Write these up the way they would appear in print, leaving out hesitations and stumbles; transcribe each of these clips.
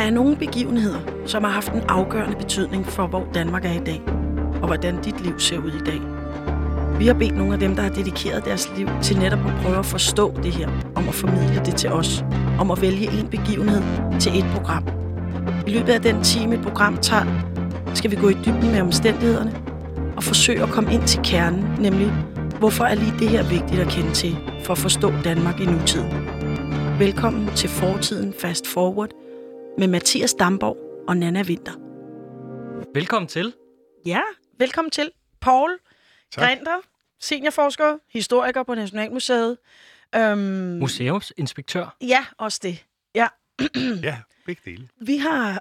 er nogle begivenheder, som har haft en afgørende betydning for, hvor Danmark er i dag, og hvordan dit liv ser ud i dag. Vi har bedt nogle af dem, der har dedikeret deres liv til netop at prøve at forstå det her, om at formidle det til os, om at vælge en begivenhed til et program. I løbet af den time, et program tager, skal vi gå i dybden med omstændighederne og forsøge at komme ind til kernen, nemlig hvorfor er lige det her vigtigt at kende til for at forstå Danmark i nutiden. Velkommen til Fortiden Fast Forward med Mathias Damborg og Nanna Winther. Velkommen til. Ja, velkommen til. Paul Grinter, seniorforsker, historiker på Nationalmuseet. Museumsinspektør. Ja, også det. Ja, ja, begge dele. Vi har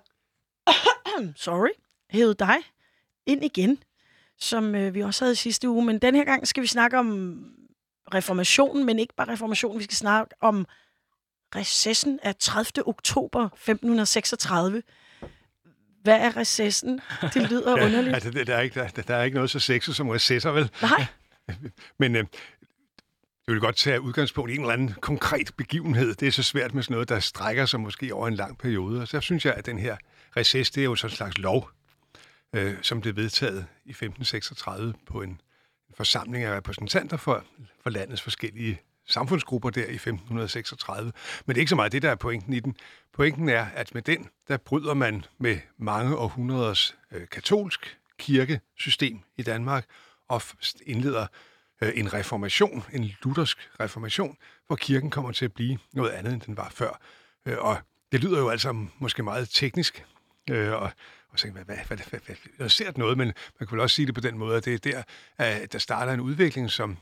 hævet dig ind igen, som vi også havde i sidste uge. Men den her gang skal vi snakke om reformationen, men ikke bare reformationen. Vi skal snakke om recessen af 30. oktober 1536. Hvad er recessen? Det lyder underligt. Altså, der er ikke noget så sexet som recesser, vel? Nej. Men det vil godt tage udgangspunkt i en eller anden konkret begivenhed. Det er så svært med sådan noget, der strækker sig måske over en lang periode. Og så synes jeg, at den her reces, det er jo sådan en slags lov, som blev vedtaget i 1536 på en forsamling af repræsentanter for landets forskellige samfundsgrupper der i 1536. Men det er ikke så meget det, der er pointen i den. Pointen er, at med den, der bryder man med mange århundreders katolsk kirkesystem i Danmark og indleder en reformation, en luthersk reformation, hvor kirken kommer til at blive noget andet, end den var før. Og det lyder jo altså måske meget teknisk, og tænke, hvad ser noget, men man kan vel også sige det på den måde, at det er der, at der starter en udvikling, som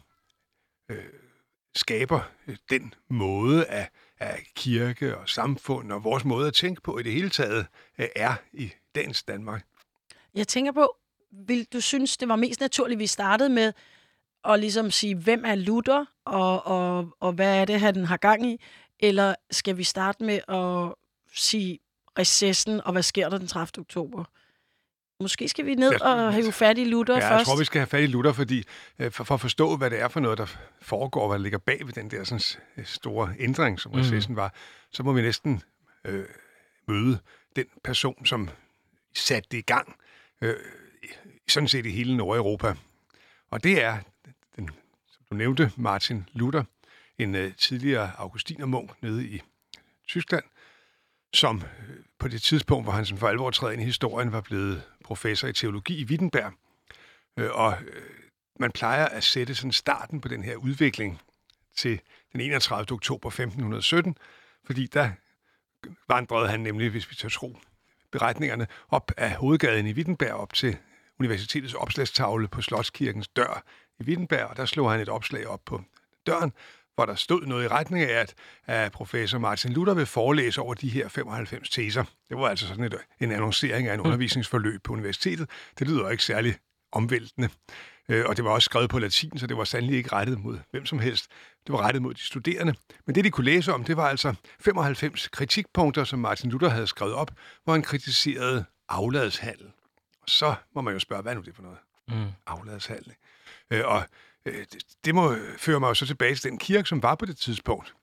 skaber den måde af kirke og samfund og vores måde at tænke på i det hele taget er i dagens Danmark. Jeg tænker på, vil du synes, det var mest naturligt, vi startede med at ligesom sige, hvem er Luther, og hvad er det, han har gang i? Eller skal vi starte med at sige recessen, og hvad sker der den 30. oktober? Måske skal vi ned og have fat i Luther først. Jeg tror, vi skal have fat i Luther, fordi for at forstå, hvad det er for noget, der foregår, hvad der ligger bag ved den der sådan, store ændring, som recessen var, så må vi næsten møde den person, som satte det i gang, sådan set i hele Nordeuropa. Og det er, som du nævnte, Martin Luther, en tidligere augustinermunk nede i Tyskland, som på det tidspunkt, hvor han som for alvor træder ind i historien, var blevet professor i teologi i Wittenberg. Og man plejer at sætte sådan starten på den her udvikling til den 31. oktober 1517, fordi der vandrede han nemlig, hvis vi tør tro beretningerne, op af hovedgaden i Wittenberg op til universitetets opslagstavle på Slotskirkens dør i Wittenberg, og der slog han et opslag op på døren, hvor der stod noget i retning af, at professor Martin Luther vil forelæse over de her 95 teser. Det var altså sådan en annoncering af en undervisningsforløb på universitetet. Det lyder ikke særlig omvæltende. Og det var også skrevet på latin, så det var sandelig ikke rettet mod hvem som helst. Det var rettet mod de studerende. Men det, de kunne læse om, det var altså 95 kritikpunkter, som Martin Luther havde skrevet op, hvor han kritiserede afladshandel. Og så må man jo spørge, hvad er nu det for noget? Afladshandel. Og det må føre mig jo så tilbage til den kirke, som var på det tidspunkt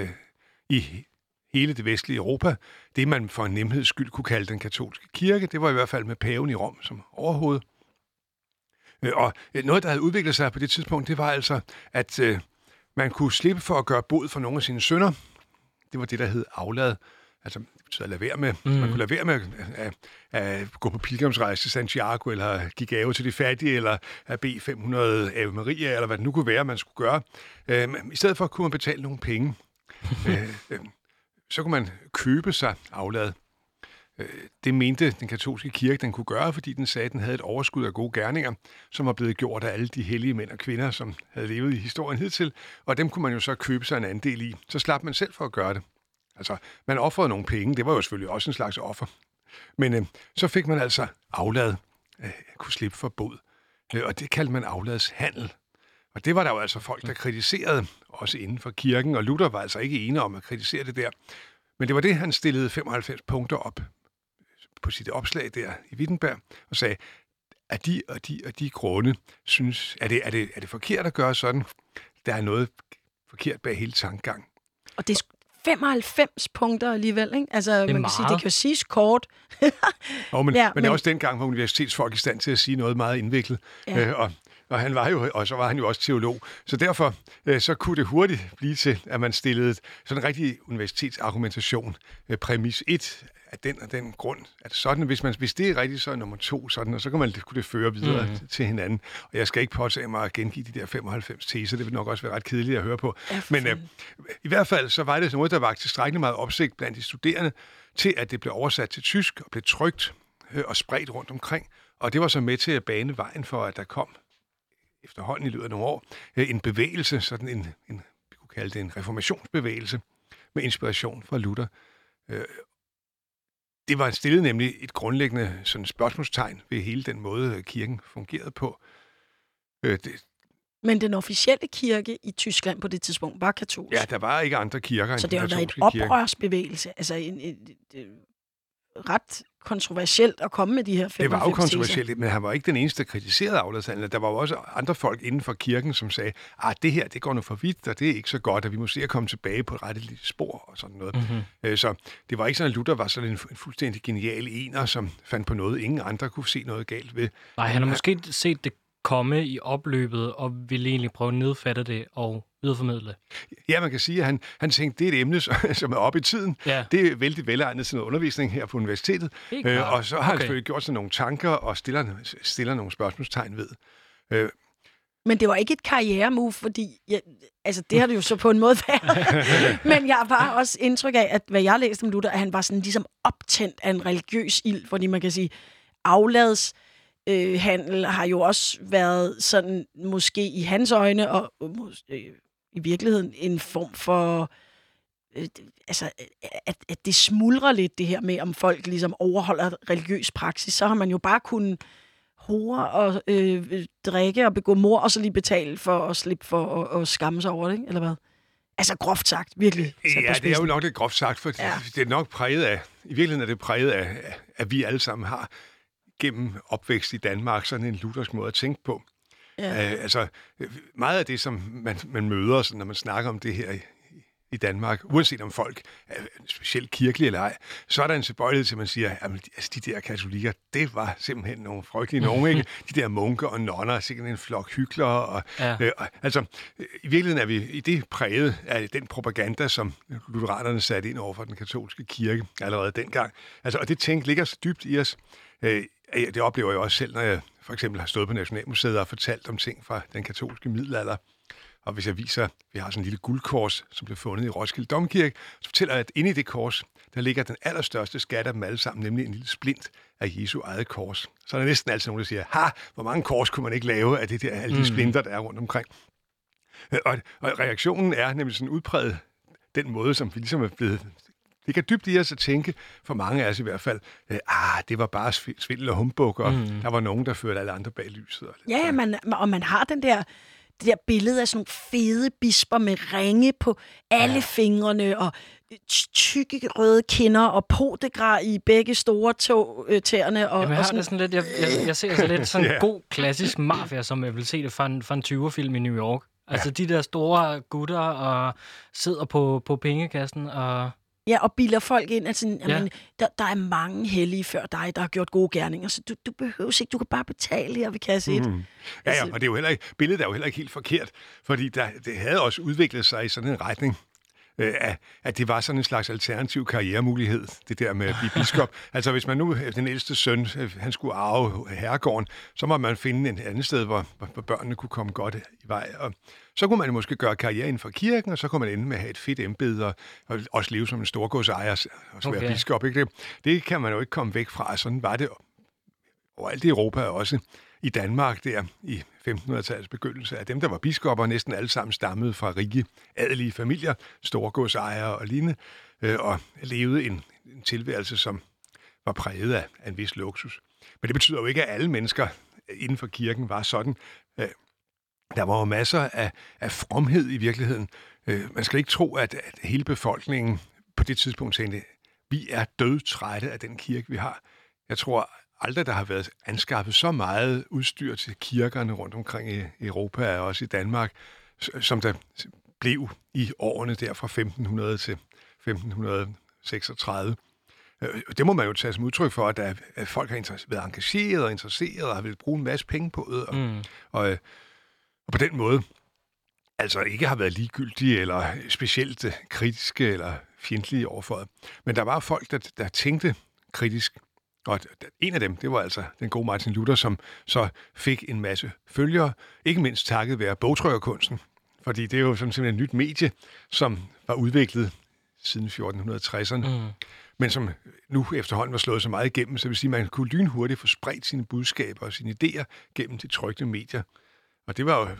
i hele det vestlige Europa. Det, man for en nemheds skyld kunne kalde den katolske kirke, det var i hvert fald med paven i Rom som overhoved. Og noget, der havde udviklet sig på det tidspunkt, det var altså, at man kunne slippe for at gøre bod for nogle af sine synder. Det var det, der hed aflad. Altså, det betyder at lade være med. Man kunne lade være med at gå på pilgrimsrejse til Santiago, eller give gave til de fattige, eller at bede 500 Ave Maria, eller hvad det nu kunne være, man skulle gøre. I stedet for kunne man betale nogle penge. Så kunne man købe sig aflad. Det mente den katolske kirke, den kunne gøre, fordi den sagde, at den havde et overskud af gode gerninger, som var blevet gjort af alle de hellige mænd og kvinder, som havde levet i historien hidtil, og dem kunne man jo så købe sig en andel i. Så slap man selv for at gøre det. Altså, man offrede nogle penge, det var jo selvfølgelig også en slags offer. Men så fik man altså aflad at kunne slippe for bod, og det kaldte man afladshandel. Og det var der jo altså folk, der kritiserede, også inden for kirken, og Luther var altså ikke enig om at kritisere det der. Men det var det, han stillede 95 punkter op på sit opslag der i Wittenberg, og sagde, at de grunde synes, er det forkert at gøre sådan? Der er noget forkert bag hele tankegangen. Og det 95 punkter alligevel, ikke? Altså, man kan sige, det kan jo siges kort. Men det er også dengang, hvor universitetsfolk er i stand til at sige noget meget indviklet. Ja. Og han var jo, og så var han jo også teolog. Så derfor så kunne det hurtigt blive til, at man stillede sådan en rigtig universitetsargumentation. Præmis 1 af den og den grund. At sådan, hvis det er rigtigt, så er nummer 2 sådan, og så kunne det føre videre til hinanden. Og jeg skal ikke påtage mig at gengive de der 95 teser. Det vil nok også være ret kedeligt at høre på. Ja, men i hvert fald så var det noget, der var tilstrækkeligt meget opsigt blandt de studerende, til at det blev oversat til tysk og blev trykt og spredt rundt omkring. Og det var så med til at bane vejen for, at der kom efterhånden i løbet af nogle år en bevægelse, sådan en vi kunne kalde det en reformationsbevægelse, med inspiration fra Luther. Det var stillet nemlig et grundlæggende sådan spørgsmålstegn ved hele den måde, kirken fungerede på. Men den officielle kirke i Tyskland på det tidspunkt var katolsk. Ja, der var ikke andre kirker end så det den katolske kirke. Så det har været et oprørsbevægelse. Altså en ret kontroversielt at komme med de her 95 Det var jo kontroversielt, men han var ikke den eneste, der kritiserede afladshandlen. Der var jo også andre folk inden for kirken, som sagde, det her, det går nu for vidt, og det er ikke så godt, og vi må se at komme tilbage på et rettet spor og sådan noget. Mm-hmm. Så det var ikke sådan, at Luther var sådan en fuldstændig genial ener, som fandt på noget, ingen andre kunne se noget galt ved. Nej, han har måske set det komme i opløbet, og ville egentlig prøve at nedfatte det og videreformidle. Ja, man kan sige, at han tænkte, det er et emne, som er oppe i tiden. Ja. Det er vældig velegnet til noget undervisning her på universitetet. Og så har han selvfølgelig gjort sig nogle tanker og stiller nogle spørgsmålstegn ved. Men det var ikke et karrieremove, fordi det har det jo så på en måde været. Men jeg har bare også indtryk af, at hvad jeg læste om Luther, at han var sådan ligesom optændt af en religiøs ild, fordi man kan sige, aflads handel har jo også været sådan, måske i hans øjne, og i virkeligheden en form for, at det smuldrer lidt det her med, om folk ligesom overholder religiøs praksis, så har man jo bare kunnet hore og drikke og begå mord, og så lige betale for at slippe for at skamme sig over det, ikke? Eller hvad? Altså groft sagt, virkelig. Ja, det er jo nok lidt groft sagt, for det er nok præget af, i virkeligheden er det præget af, at vi alle sammen har gennem opvækst i Danmark, sådan en luthersk måde at tænke på. Ja. Meget af det, som man møder, når man snakker om det her i Danmark, uanset om folk er specielt kirkelige eller ej, så er der en tilbøjelighed til, at man siger, at de der katolikker, det var simpelthen nogle frygtelige nogen, ikke? De der munker og nonner, sikkert en flok hyklere. I virkeligheden er vi i det præget af den propaganda, som lutheranerne satte ind over for den katolske kirke allerede dengang. Og det tænk ligger så dybt i os. Det oplever jeg også selv, når jeg for eksempel har stået på Nationalmuseet og fortalt om ting fra den katolske middelalder. Og hvis jeg viser, vi har sådan en lille guldkors, som blev fundet i Roskilde Domkirke, så fortæller jeg, at inde i det kors, der ligger den allerstørste skat af dem alle sammen, nemlig en lille splint af Jesu eget kors. Så er der næsten altid nogen, der siger, hvor mange kors kunne man ikke lave af det der, alle de splinter, der er rundt omkring. Og reaktionen er nemlig sådan udpræget den måde, som vi ligesom er blevet. Det kan dybt i os at tænke, for mange af os i hvert fald, det var bare svindel og humbug, og der var nogen, der førte alle andre bag lyset. Ja, man har det der billede af sådan nogle fede bisper med ringe på alle fingrene, og tykke røde kinder, og podegrar i begge store tæerne. Og, jeg har og sådan. Det sådan lidt, jeg ser altså lidt sådan en god klassisk mafia, som jeg vil se det fra en 20'er-film i New York. Altså de der store gutter, og sidder på pengekassen, og ja, og bilder folk ind, altså, der er mange hellige før dig, der har gjort gode gerninger, så du behøver ikke, du kan bare betale her ved kasse 1. Ja, og det er jo heller ikke, billedet er jo heller ikke helt forkert, fordi det havde også udviklet sig i sådan en retning, at det var sådan en slags alternativ karrieremulighed, det der med at blive biskop. Altså hvis man nu, den ældste søn, han skulle arve herregården, så må man finde et andet sted, hvor børnene kunne komme godt i vej. Og så kunne man måske gøre karriere inden for kirken, og så kunne man ende med at have et fedt embede, og også leve som en storgodsejer, og så være biskop. Ikke? Det kan man jo ikke komme væk fra. Sådan var det overalt i Europa, også i Danmark der i 1500-tallets begyndelse. Af dem, der var biskopper, næsten alle sammen stammede fra rige, adelige familier, storgodsejere og lignende, og levede en tilværelse, som var præget af en vis luksus. Men det betyder jo ikke, at alle mennesker inden for kirken var sådan. Der var jo masser af fromhed i virkeligheden. Man skal ikke tro, at hele befolkningen på det tidspunkt tænkte, vi er dødtrætte af den kirke, vi har. Jeg tror aldrig, der har været anskaffet så meget udstyr til kirkerne rundt omkring i Europa og også i Danmark, som der blev i årene der fra 1500 til 1536. Det må man jo tage som udtryk for, at folk har været engageret og interesseret og har vil bruge en masse penge på det. Og på den måde altså ikke har været ligegyldige eller specielt kritiske eller fjendtlige overfor det. Men der var folk, der tænkte kritisk. Og en af dem, det var altså den gode Martin Luther, som så fik en masse følgere, ikke mindst takket være bogtrykkerkunsten. Fordi det er jo sådan simpelthen et nyt medie, som var udviklet siden 1460'erne. Men som nu efterhånden var slået så meget igennem, så det vil sige, at man kunne lynhurtigt få spredt sine budskaber og sine idéer gennem de trykte medier. Og det var jo,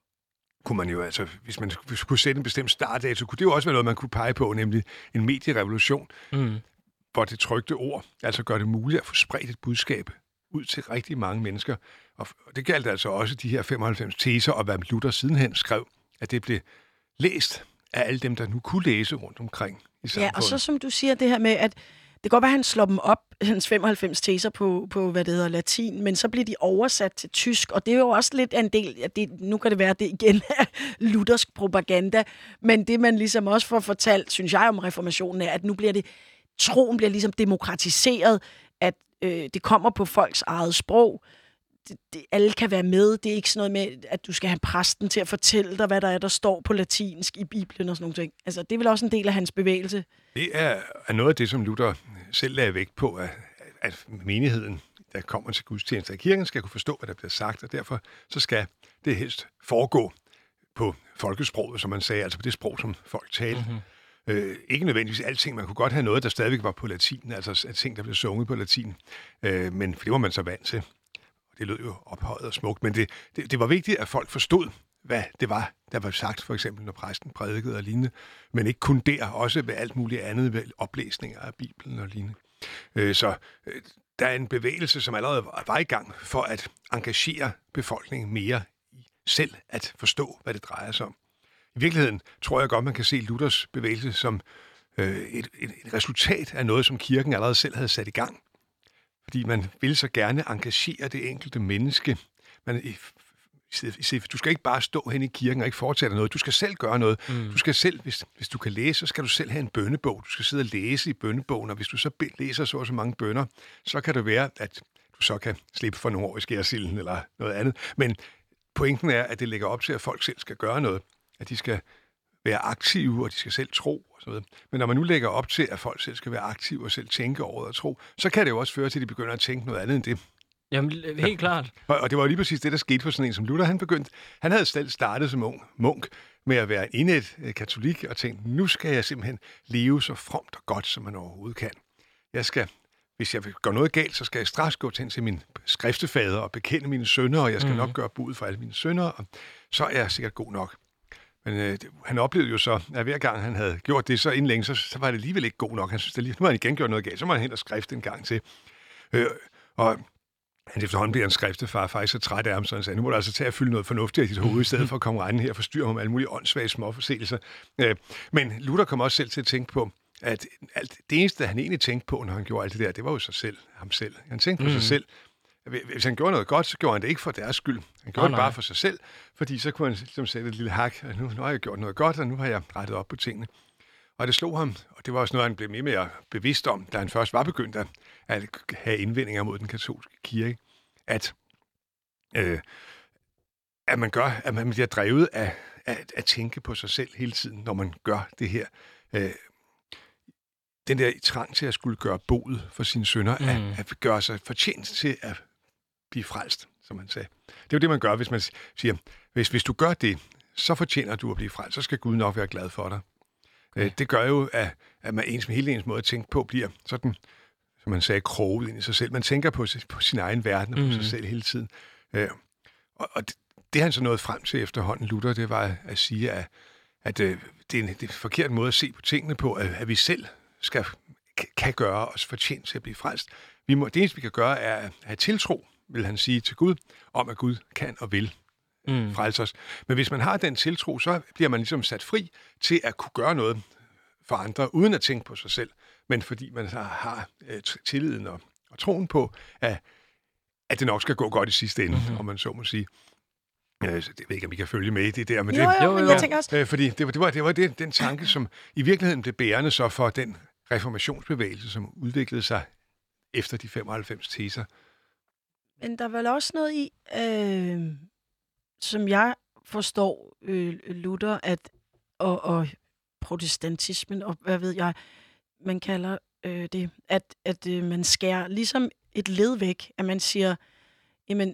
kunne man jo altså, hvis man skulle sætte en bestemt startdato, kunne det jo også være noget, man kunne pege på, nemlig en medierevolution, hvor det trykte ord altså gør det muligt at få spredt et budskab ud til rigtig mange mennesker. Og det galt altså også de her 95 teser, og hvad Luther sidenhen skrev, at det blev læst af alle dem, der nu kunne læse rundt omkring i samfundet. Ja, og så som du siger, det her med, at det kan godt være, at han slår dem op, hans 95 teser på hvad det hedder, latin, men så bliver de oversat til tysk, og det er jo også lidt en del af det, nu kan det være, at det igen er luthersk propaganda, men det man ligesom også får fortalt, synes jeg om reformationen, er, at nu bliver troen bliver ligesom demokratiseret, at det kommer på folks eget sprog, alle kan være med. Det er ikke sådan noget med, at du skal have præsten til at fortælle dig, hvad der står på latinsk i Bibelen og sådan nogle ting. Altså, det er vel også en del af hans bevægelse. Det er noget af det, som Luther selv lagde vægt på, at menigheden, der kommer til gudstjeneste af kirken, skal kunne forstå, hvad der bliver sagt, og derfor så skal det helst foregå på folkesproget, som man sagde, altså på det sprog, som folk talte. Ikke nødvendigvis alting. Man kunne godt have noget, der stadigvæk var på latin, altså ting, der blev sunget på latin, men det var man så vant til. Det lød jo ophøjet og smukt, men det var vigtigt, at folk forstod, hvad det var, der var sagt, for eksempel når præsten prædikede og lignende, men ikke kun der, også ved alt muligt andet, ved oplæsninger af Bibelen og lignende. Så der er en bevægelse, som allerede var i gang for at engagere befolkningen mere i selv at forstå, hvad det drejer sig om. I virkeligheden tror jeg godt, man kan se Luthers bevægelse som et resultat af noget, som kirken allerede selv havde sat i gang. Fordi man vil så gerne engagere det enkelte menneske. Du skal ikke bare stå hen i kirken og ikke foretage noget. Du skal selv gøre noget. Du skal selv, hvis du kan læse, så skal du selv have en bønnebog. Du skal sidde og læse i bønnebogen, og hvis du så læser så mange bønner, så kan det være, at du så kan slippe for nogle år i skærsilden eller noget andet. Men pointen er, at det lægger op til, at folk selv skal gøre noget. At de skal være aktive, og de skal selv tro og sådan noget. Men når man nu lægger op til, at folk selv skal være aktive og selv tænke over det og tro, så kan det jo også føre til, at de begynder at tænke noget andet end det. Jamen, helt klart. Og det var jo lige præcis det, der skete for sådan en som Luther. Han havde selv startet som ung munk med at være indet katolik og tænkte, nu skal jeg simpelthen leve så fromt og godt, som man overhovedet kan. Hvis jeg gør noget galt, så skal jeg straks gå hen til min skriftefader og bekende mine synder, og jeg skal nok gøre bud for alle mine synder, og så er jeg sikkert god nok. Men han oplevede jo så, at hver gang han havde gjort det, så inden længe, så var det alligevel ikke god nok. Han synes, nu har han igen gjort noget galt, så må han hen og skrifte en gang til. Og han efterhånden bliver en skriftefar faktisk så træt af ham, så han sagde, nu må du altså tage at fylde noget fornuftigt i dit hoved, i stedet for at komme regne her og forstyrre ham med alle mulige åndssvage småforseelser. Men Luther kom også selv til at tænke på, at det eneste, han egentlig tænkte på, når han gjorde alt det der, det var jo sig selv, ham selv. Han tænkte på sig selv. Hvis han gjorde noget godt, så gjorde han det ikke for deres skyld. Han gjorde det bare for sig selv, fordi så kunne han ligesom sætte et lille hak, og nu har jeg gjort noget godt, og nu har jeg rettet op på tingene. Og det slog ham, og det var også noget, han blev mere bevidst om, da han først var begyndt at have indvendinger mod den katolske kirke, at man bliver drevet af at tænke på sig selv hele tiden, når man gør det her. Den der trang til at skulle gøre bod for sine synder, at gøre sig fortjent til at blive frelst, som han sagde. Det er jo det, man gør, hvis man siger, hvis du gør det, så fortjener du at blive frelst, så skal Gud nok være glad for dig. Okay. Det gør jo, at man hele ens måde at tænke på bliver sådan, som man sagde, kroget ind i sig selv. Man tænker på sin egen verden og på sig selv hele tiden. Og det han så nåede frem til efterhånden, Luther, det var at sige, at det er en forkert måde at se på tingene på, at vi selv kan gøre os fortjent til at blive frelst. Det eneste, vi kan gøre, er at have tiltro, vil han sige til Gud, om at Gud kan og vil frelse os. Men hvis man har den tiltro, så bliver man ligesom sat fri til at kunne gøre noget for andre, uden at tænke på sig selv, men fordi man har tilliden og troen på, at det nok skal gå godt i sidste ende, om man så må sige. Jeg ved ikke, om I kan følge med i det der, men men jeg tænker også... fordi det var den tanke, som i virkeligheden blev bærende så for den reformationsbevægelse, som udviklede sig efter de 95 teser. Men der er vel også noget i, som jeg forstår, Luther, og protestantismen, og hvad ved jeg, man kalder det, at man skærer ligesom et led væk, at man siger, jamen,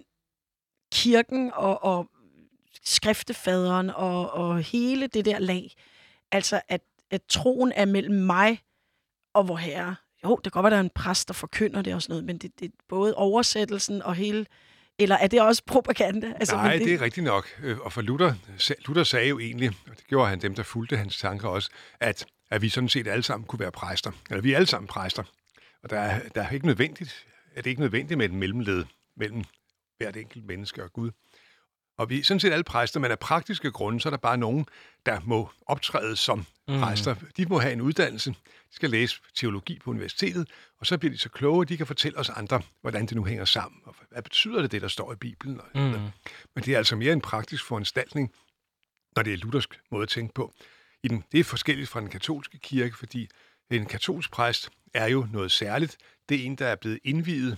kirken og skriftefaderen og hele det der lag, altså at troen er mellem mig og vor Herre. Jo, det kan godt være, der er en præst, der forkynder det og sådan noget, men det er både oversættelsen og hele... Eller er det også propaganda? Altså, nej, det er rigtigt nok. Og for Luther sagde jo egentlig, og det gjorde han dem, der fulgte hans tanker også, at vi sådan set alle sammen kunne være præster. Eller vi er alle sammen præster. Og det er ikke nødvendigt med et mellemled mellem hvert enkelt menneske og Gud. Og vi er sådan set alle præster, men af praktiske grunde, så er der bare nogen, der må optræde som præster. De må have en uddannelse, de skal læse teologi på universitetet, og så bliver de så kloge, at de kan fortælle os andre, hvordan det nu hænger sammen, og hvad betyder det, der står i Bibelen. Men det er altså mere en praktisk foranstaltning, når det er luthersk måde at tænke på. Det er forskelligt fra den katolske kirke, fordi en katolsk præst er jo noget særligt. Det er en, der er blevet indviet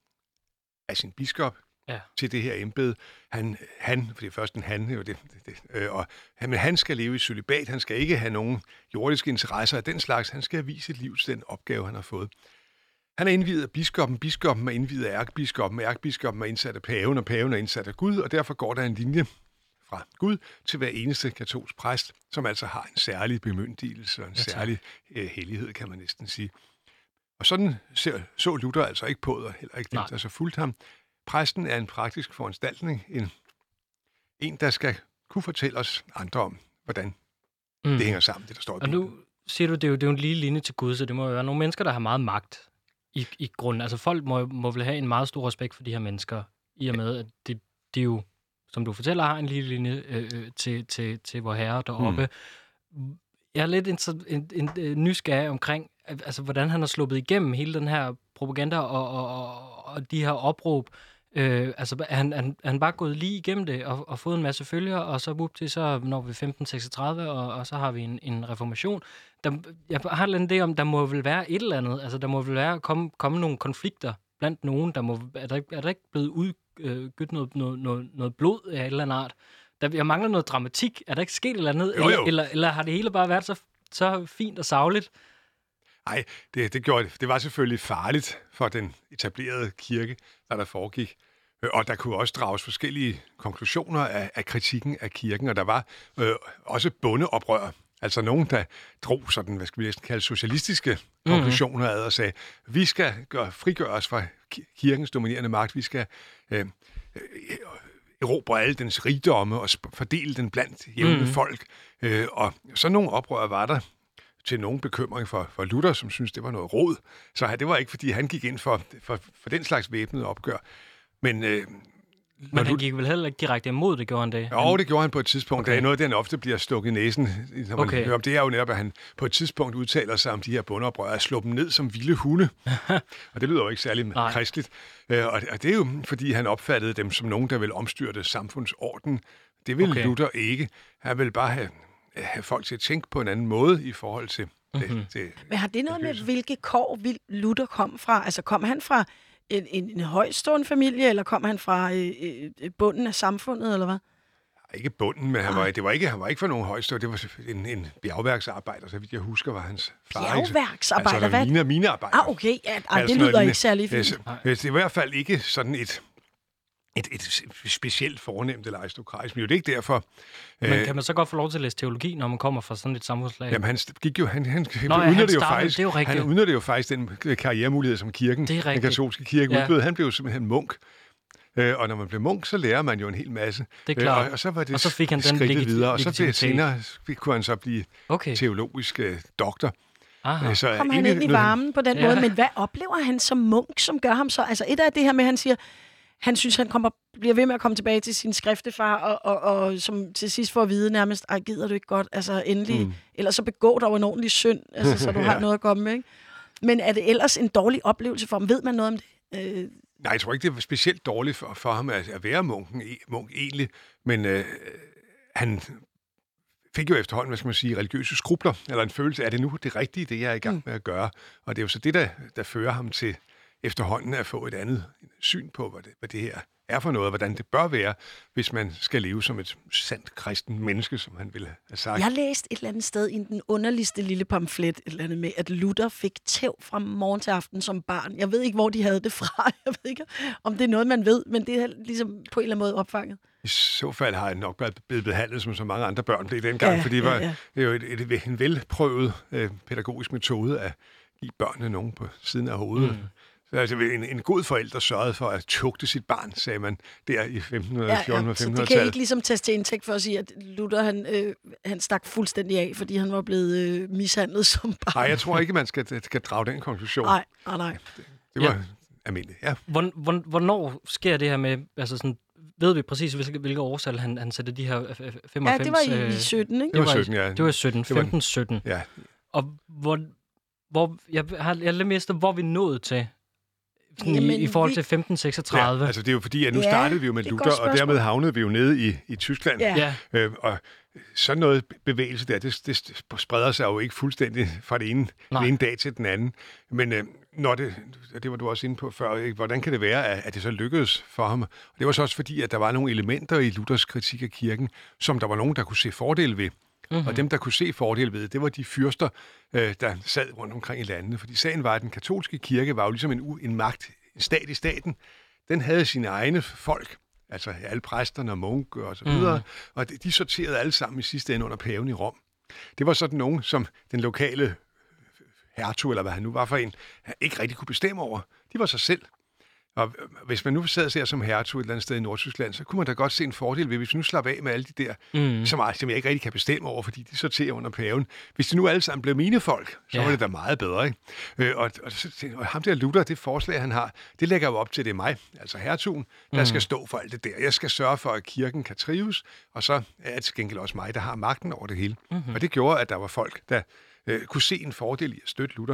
af sin biskop, til det her embede. For det først en han, men han skal leve i cølibat, han skal ikke have nogen jordiske interesser af den slags, han skal vise sit liv til den opgave, han har fået. Han er indviet af biskoppen er indviet af ærkebiskoppen er indsat af paven, og paven er indsat af Gud, og derfor går der en linje fra Gud til hver eneste katolsk præst, som altså har en særlig bemyndigelse og en særlig hellighed, kan man næsten sige. Og sådan så Luther altså ikke på, og heller ikke dem, der så fulgte ham. Præsten er en praktisk foranstaltning, en, der skal kunne fortælle os andre om, hvordan det hænger sammen, det der står i Bibelen. Og nu siger du, det er jo en lige linje til Gud, så det må jo være nogle mennesker, der har meget magt i grunden. Altså folk må vel have en meget stor respekt for de her mennesker, i og med, at de jo, som du fortæller, har en lige linje til vor Herre deroppe. Jeg er lidt nysgerrig omkring, altså hvordan han har sluppet igennem hele den her propaganda og de her opråb. Altså han bare gået lige igennem det og fået en masse følgere, og så så når vi 1536, og så har vi en reformation. Jeg har lidt det om, der må vel være et eller andet, altså der må vel være komme nogle konflikter blandt nogen, er der ikke blevet udgivet noget blod af et eller andet art? Jeg mangler noget dramatik. Er der ikke sket et eller andet? Jo. Eller har det hele bare været så fint og sagligt? Nej, det gjorde det. Det var selvfølgelig farligt for den etablerede kirke, der foregik. Og der kunne også drages forskellige konklusioner af kritikken af kirken, og der var også bondeoprør. Altså nogen, der drog sådan, hvad skal vi næsten kalde, socialistiske konklusioner ad og sagde, vi skal frigøre os fra kirkens dominerende magt, vi skal erobre alle dens rigdomme og fordele den blandt jævne folk. Og sådan nogle oprør var der til nogen bekymring for Luther, som synes det var noget rod. Så det var ikke, fordi han gik ind for den slags væbnede opgør. Men han gik vel heller ikke direkte imod, det gjorde han det? Jo, det gjorde han på et tidspunkt. Okay. Der er noget, den ofte bliver stukket i næsen, når man hører om det, er jo netop, at han på et tidspunkt udtaler sig om de her bondeoprør, at slå dem ned som vilde hunde. Og det lyder jo ikke særlig kristeligt. Og det er jo, fordi han opfattede dem som nogen, der vil omstyrte samfundsorden. Det ville Luther ikke. Han ville bare have folk til at tænke på en anden måde i forhold til det. Men har det noget med, hvilke kår Luther kom fra? Altså kom han fra en højstående familie, eller kom han fra bunden af samfundet, eller hvad? Ikke bunden, men han var ikke fra nogen højstående. Det var en bjergværksarbejder, så vidt jeg husker, var hans far. Bjergværksarbejder? Altså, minearbejder. Okay. Det lyder ikke særlig fint. Det er i hvert fald ikke sådan et specielt fornemt eller aristokratisk, men jo det er ikke derfor. Men kan man så godt få lov til at læse teologi, når man kommer fra sådan et samfundslag? Jamen, han udnyttede jo faktisk den karrieremulighed, som kirken, den katolske kirke udbød. Han blev jo simpelthen munk. Og når man blev munk, så lærer man jo en hel masse. Det er klart. Og så var det og så fik han den videre, og så senere kunne han så blive teologisk doktor. Så kom han ind i varmen på den måde, men hvad oplever han som munk, som gør ham så? Altså et af det her med, han siger, han synes, han bliver ved med at komme tilbage til sin skriftefar, og som til sidst får at vide nærmest, gider du ikke godt, altså endelig, eller så begå dig en ordentlig synd, altså, så du har noget at komme med, ikke? Men er det ellers en dårlig oplevelse for ham? Ved man noget om det? Nej, jeg tror ikke, det var specielt dårligt for ham at være munk egentlig, men han fik jo efterhånden, hvad skal man sige, religiøse skrupler, eller en følelse, er det nu det rigtige, det jeg er i gang med at gøre? Og det er jo så det, der fører ham til efterhånden at få et andet syn på, hvad det her er for noget, og hvordan det bør være, hvis man skal leve som et sandt kristen menneske, som han ville have sagt. Jeg læste et eller andet sted i den underligste lille pamflet, et eller andet med, at Luther fik tæv fra morgen til aften som barn. Jeg ved ikke, hvor de havde det fra. Jeg ved ikke, om det er noget, man ved, men det er ligesom på en eller anden måde opfanget. I så fald har han nok blevet behandlet som så mange andre børn blev dengang, fordi det var jo en velprøvet pædagogisk metode at give børnene nogen på siden af hovedet. Altså, en god forælder sørgede for at tugte sit barn, sagde man der i 1514 og 1500-tallet. Så det kan ikke ligesom tages til indtægt for at sige, at Luther han stak fuldstændig af, fordi han var blevet mishandlet som barn. Nej, jeg tror ikke, man skal drage den konklusion. Nej. Det var almindeligt, ja. Hvornår sker det her med, altså sådan, ved vi præcis, hvilke årstal han sætter de her 95? Ja, det var i 17, ikke? Det var 17, ja. Det var 17, 15-17. Ja. Og hvor jeg lidt mistet, hvor vi nåede til i forhold til 1536. Ja, altså det er jo fordi, at nu startede vi jo med Luther, og dermed havnede vi jo nede i Tyskland. Ja. Og sådan noget bevægelse der, det spreder sig jo ikke fuldstændig fra den ene dag til den anden. Men når det var du også inde på før, ikke? Hvordan kan det være, at det så lykkedes for ham? Og det var så også fordi, at der var nogle elementer i Luthers kritik af kirken, som der var nogen, der kunne se fordele ved. Mm-hmm. Og dem, der kunne se fordel ved, det var de fyrster, der sad rundt omkring i landene. Fordi sagen var, at den katolske kirke var jo ligesom en magt, en stat i staten. Den havde sine egne folk, altså alle præsterne og munke og så videre. Og de sorterede alle sammen i sidste ende under paven i Rom. Det var sådan nogen, som den lokale hertug, eller hvad han nu var for en, ikke rigtig kunne bestemme over. De var sig selv. Og hvis man nu sad og ser som hertug et eller andet sted i Nordtyskland, så kunne man da godt se en fordel ved, hvis vi nu slapper af med alle de der, som jeg ikke rigtig kan bestemme over, fordi de sorterer under paven. Hvis de nu alle sammen blev mine folk, så var det da meget bedre, ikke? Og ham der Luther, det forslag, han har, det lægger jo op til, det er mig, altså hertugen, der skal stå for alt det der. Jeg skal sørge for, at kirken kan trives, og så er det til gengæld også mig, der har magten over det hele. Og det gjorde, at der var folk, der kunne se en fordel i at støtte Luther.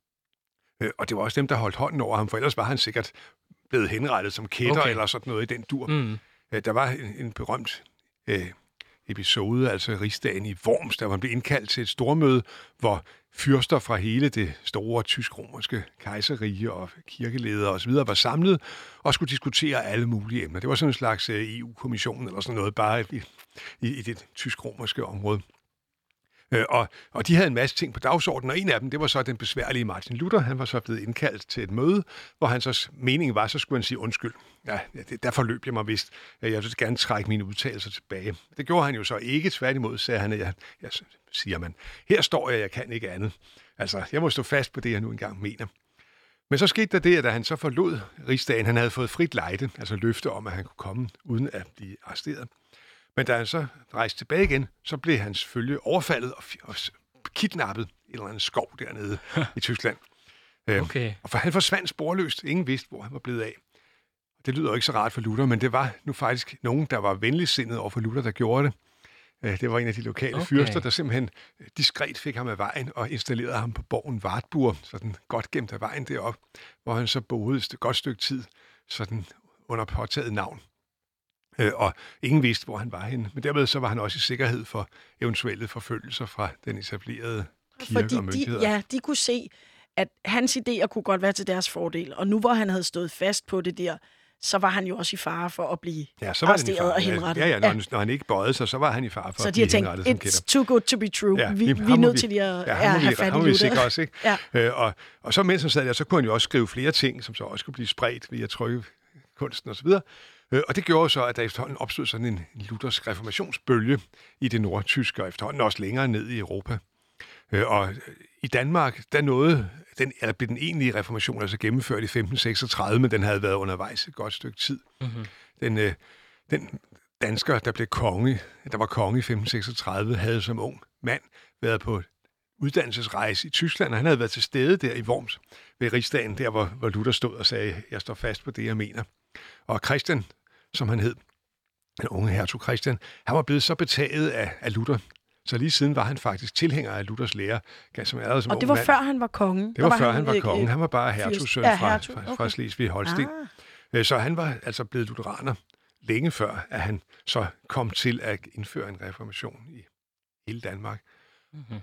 Og det var også dem, der holdt hånden over ham, for ellers var han sikkert blevet henrettet som kætter eller sådan noget i den dur. Der var en berømt episode, altså rigsdagen i Worms, der man blev indkaldt til et stormøde, hvor fyrster fra hele det store tysk-romerske kejserrige og kirkeledere osv. var samlet og skulle diskutere alle mulige emner. Det var sådan en slags EU-kommission eller sådan noget, bare i det tysk-romerske område. Og de havde en masse ting på dagsordenen, og en af dem, det var så den besværlige Martin Luther. Han var så blevet indkaldt til et møde, hvor hans mening var, så skulle han sige undskyld. Ja, der forløb jeg mig vist. Jeg vil gerne trække mine udtalelser tilbage. Det gjorde han jo så ikke. Tværtimod sagde han, siger man, her står jeg kan ikke andet. Altså, jeg må stå fast på det, jeg nu engang mener. Men så skete der det, at da han så forlod rigsdagen, han havde fået frit lejde, altså løfte om, at han kunne komme uden at blive arresteret. Men da han så rejste tilbage igen, så blev hans følge overfaldet og kidnappet i en eller anden skov dernede i Tyskland. Okay. Og for han forsvandt sporløst. Ingen vidste, hvor han var blevet af. Det lyder jo ikke så rart for Luther, men det var nu faktisk nogen, der var venligsindet over for Luther, der gjorde det. Det var en af de lokale fyrster, der simpelthen diskret fik ham af vejen og installerede ham på borgen Wartburg, sådan godt gemt af vejen derop, hvor han så boede et godt stykke tid, sådan under påtaget navn. Og ingen vidste, hvor han var henne. Men dermed så var han også i sikkerhed for eventuelle forfølgelser fra den etablerede kirke og myndigheder. De kunne se, at hans idéer kunne godt være til deres fordel. Og nu hvor han havde stået fast på det der, så var han jo også i fare for at blive arresteret og henrettet. Når han ikke bøjede sig, så var han i fare for at blive henrettet som kætter. Så de har tænkt, it's too good to be true. Ja, vi er nødt til at have fat i Luther. Også, ikke? Ja. Og så mens han sad der, så kunne han jo også skrive flere ting, som så også kunne blive spredt via trykkekunsten osv. Og det gjorde så, at der efterhånden opstod sådan en luthersk reformationsbølge i det nordtyske, og efterhånden også længere ned i Europa. Og i Danmark, blev den egentlige reformation altså gennemført i 1536, men den havde været undervejs et godt stykke tid. Mm-hmm. Den dansker, der var konge i 1536, havde som ung mand været på uddannelsesrejse i Tyskland, og han havde været til stede der i Worms ved rigsdagen, der hvor Luther stod og sagde, jeg står fast på det, jeg mener. Og Christian, som han hed, den unge hertug Christian, han var blevet så betaget af Luther, så lige siden var han faktisk tilhænger af Luthers lære. Og det var før han var konge? Det var før han var konge. Han var bare hertugsøn fra Slesvig-Holsten. Så han var altså blevet lutheraner længe før, at han så kom til at indføre en reformation i hele Danmark. Mm-hmm.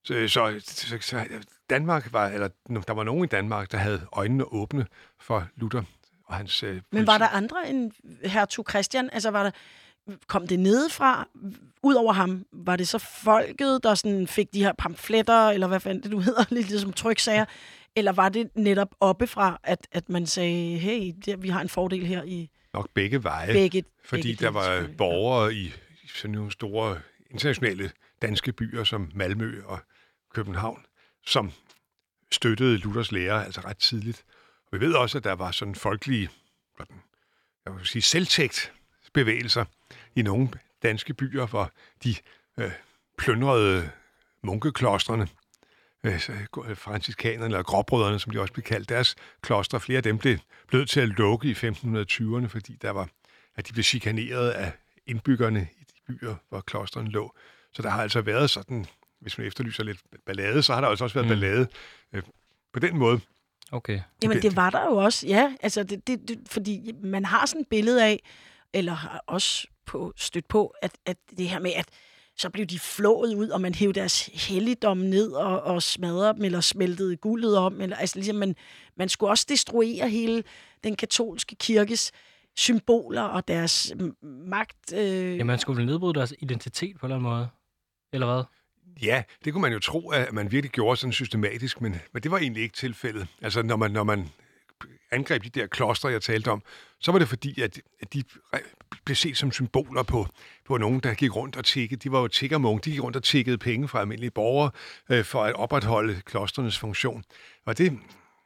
Så Danmark der var nogen i Danmark, der havde øjnene åbne for Luther og hans Men var der andre end hertug Christian? Altså kom det nedefra? Udover ham, var det så folket, der sådan fik de her pamfletter, eller hvad fanden det nu hedder, lidt ligesom tryksager? Eller var det netop oppefra, at man sagde, hey, vi har en fordel her i... Nok begge veje. Fordi der var borgere i sådan nogle store internationale danske byer som Malmø og København, som støttede Luthers lære altså ret tidligt. Og vi ved også, at der var sådan folkelige, jeg vil sige, selvtægtsbevægelser i nogle danske byer, hvor de plyndrede munkeklostrene, franciskanerne eller gråbrødrene, som de også blev kaldt, deres klostre, flere af dem blev nødt til at lukke i 1520'erne, fordi at de blev chikaneret af indbyggerne i de byer, hvor klostrene lå. Så der har altså været sådan, hvis man efterlyser lidt ballade, så har der altså også været ballade på den måde. Okay. Jamen, det var der jo også, ja. Altså, fordi man har sådan et billede af, eller har også stødt på, at det her med, at så blev de flået ud, og man hævde deres helligdom ned og smadrede dem, eller smeltede guldet om. Eller, altså, ligesom man skulle også destruere hele den katolske kirkes symboler og deres magt. Ja, man skulle vel nedbryde deres identitet på en eller anden måde, eller hvad? Ja, det kunne man jo tro, at man virkelig gjorde sådan systematisk, men det var egentlig ikke tilfældet. Altså, når man angreb de der klostre, jeg talte om, så var det fordi, at de blev set som symboler på nogen, der gik rundt og tiggede. De var jo tiggermunke, de gik rundt og tiggede penge fra almindelige borgere for at opretholde klostrenes funktion. Og det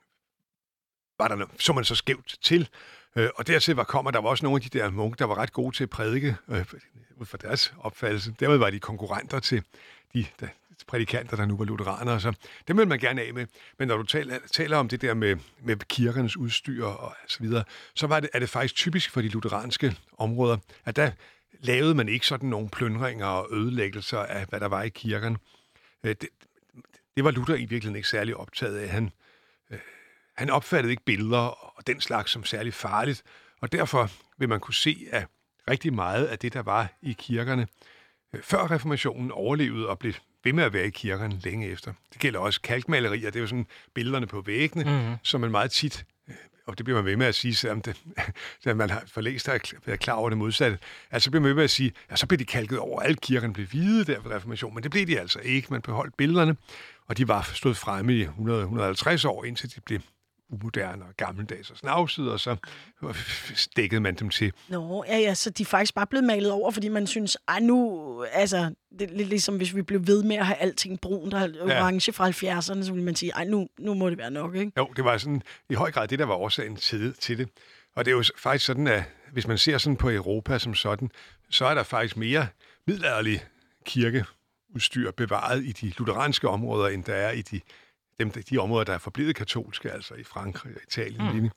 var der så man så skævt til. Og dertil der var også nogle af de der munke, der var ret gode til at prædike, ud fra deres opfattelse. Dermed var de konkurrenter til de prædikanter, der nu var lutheranere. Så det vil man gerne af med. Men når du taler om det der med kirkernes udstyr og så videre, så er det faktisk typisk for de lutheranske områder, at der lavede man ikke sådan nogle plyndringer og ødelæggelser af, hvad der var i kirken. Det var Luther i virkeligheden ikke særlig optaget af. Han opfattede ikke billeder og den slags som særlig farligt, og derfor vil man kunne se, at rigtig meget af det, der var i kirkerne, før reformationen overlevede og blev ved med at være i kirkerne længe efter. Det gælder også kalkmalerier, det er jo sådan billederne på væggene, som man meget tit, og det bliver man ved med at sige, selvom man har forlæst og er klar over det modsatte, altså bliver man ved med at sige, ja, så blev de kalket over, alle kirkerne blev hvide der ved reformationen, men det blev de altså ikke. Man beholdt billederne, og de var stået fremme i 100-150 år, indtil de blev umoderne og gammeldags og snavsede, og så stikkede man dem til. Nå, ja, så de er faktisk bare blevet malet over, fordi man synes, nu, altså, det er lidt ligesom, hvis vi blev ved med at have alting brunt og orange fra 70'erne, så ville man sige, nu må det være nok, ikke? Jo, det var sådan i høj grad det, der var årsagen til det. Og det er jo faktisk sådan, at hvis man ser sådan på Europa som sådan, så er der faktisk mere middelalderlig kirkeudstyr bevaret i de lutheranske områder, end der er i de områder, der er forblevet katolske, altså i Frankrig og Italien.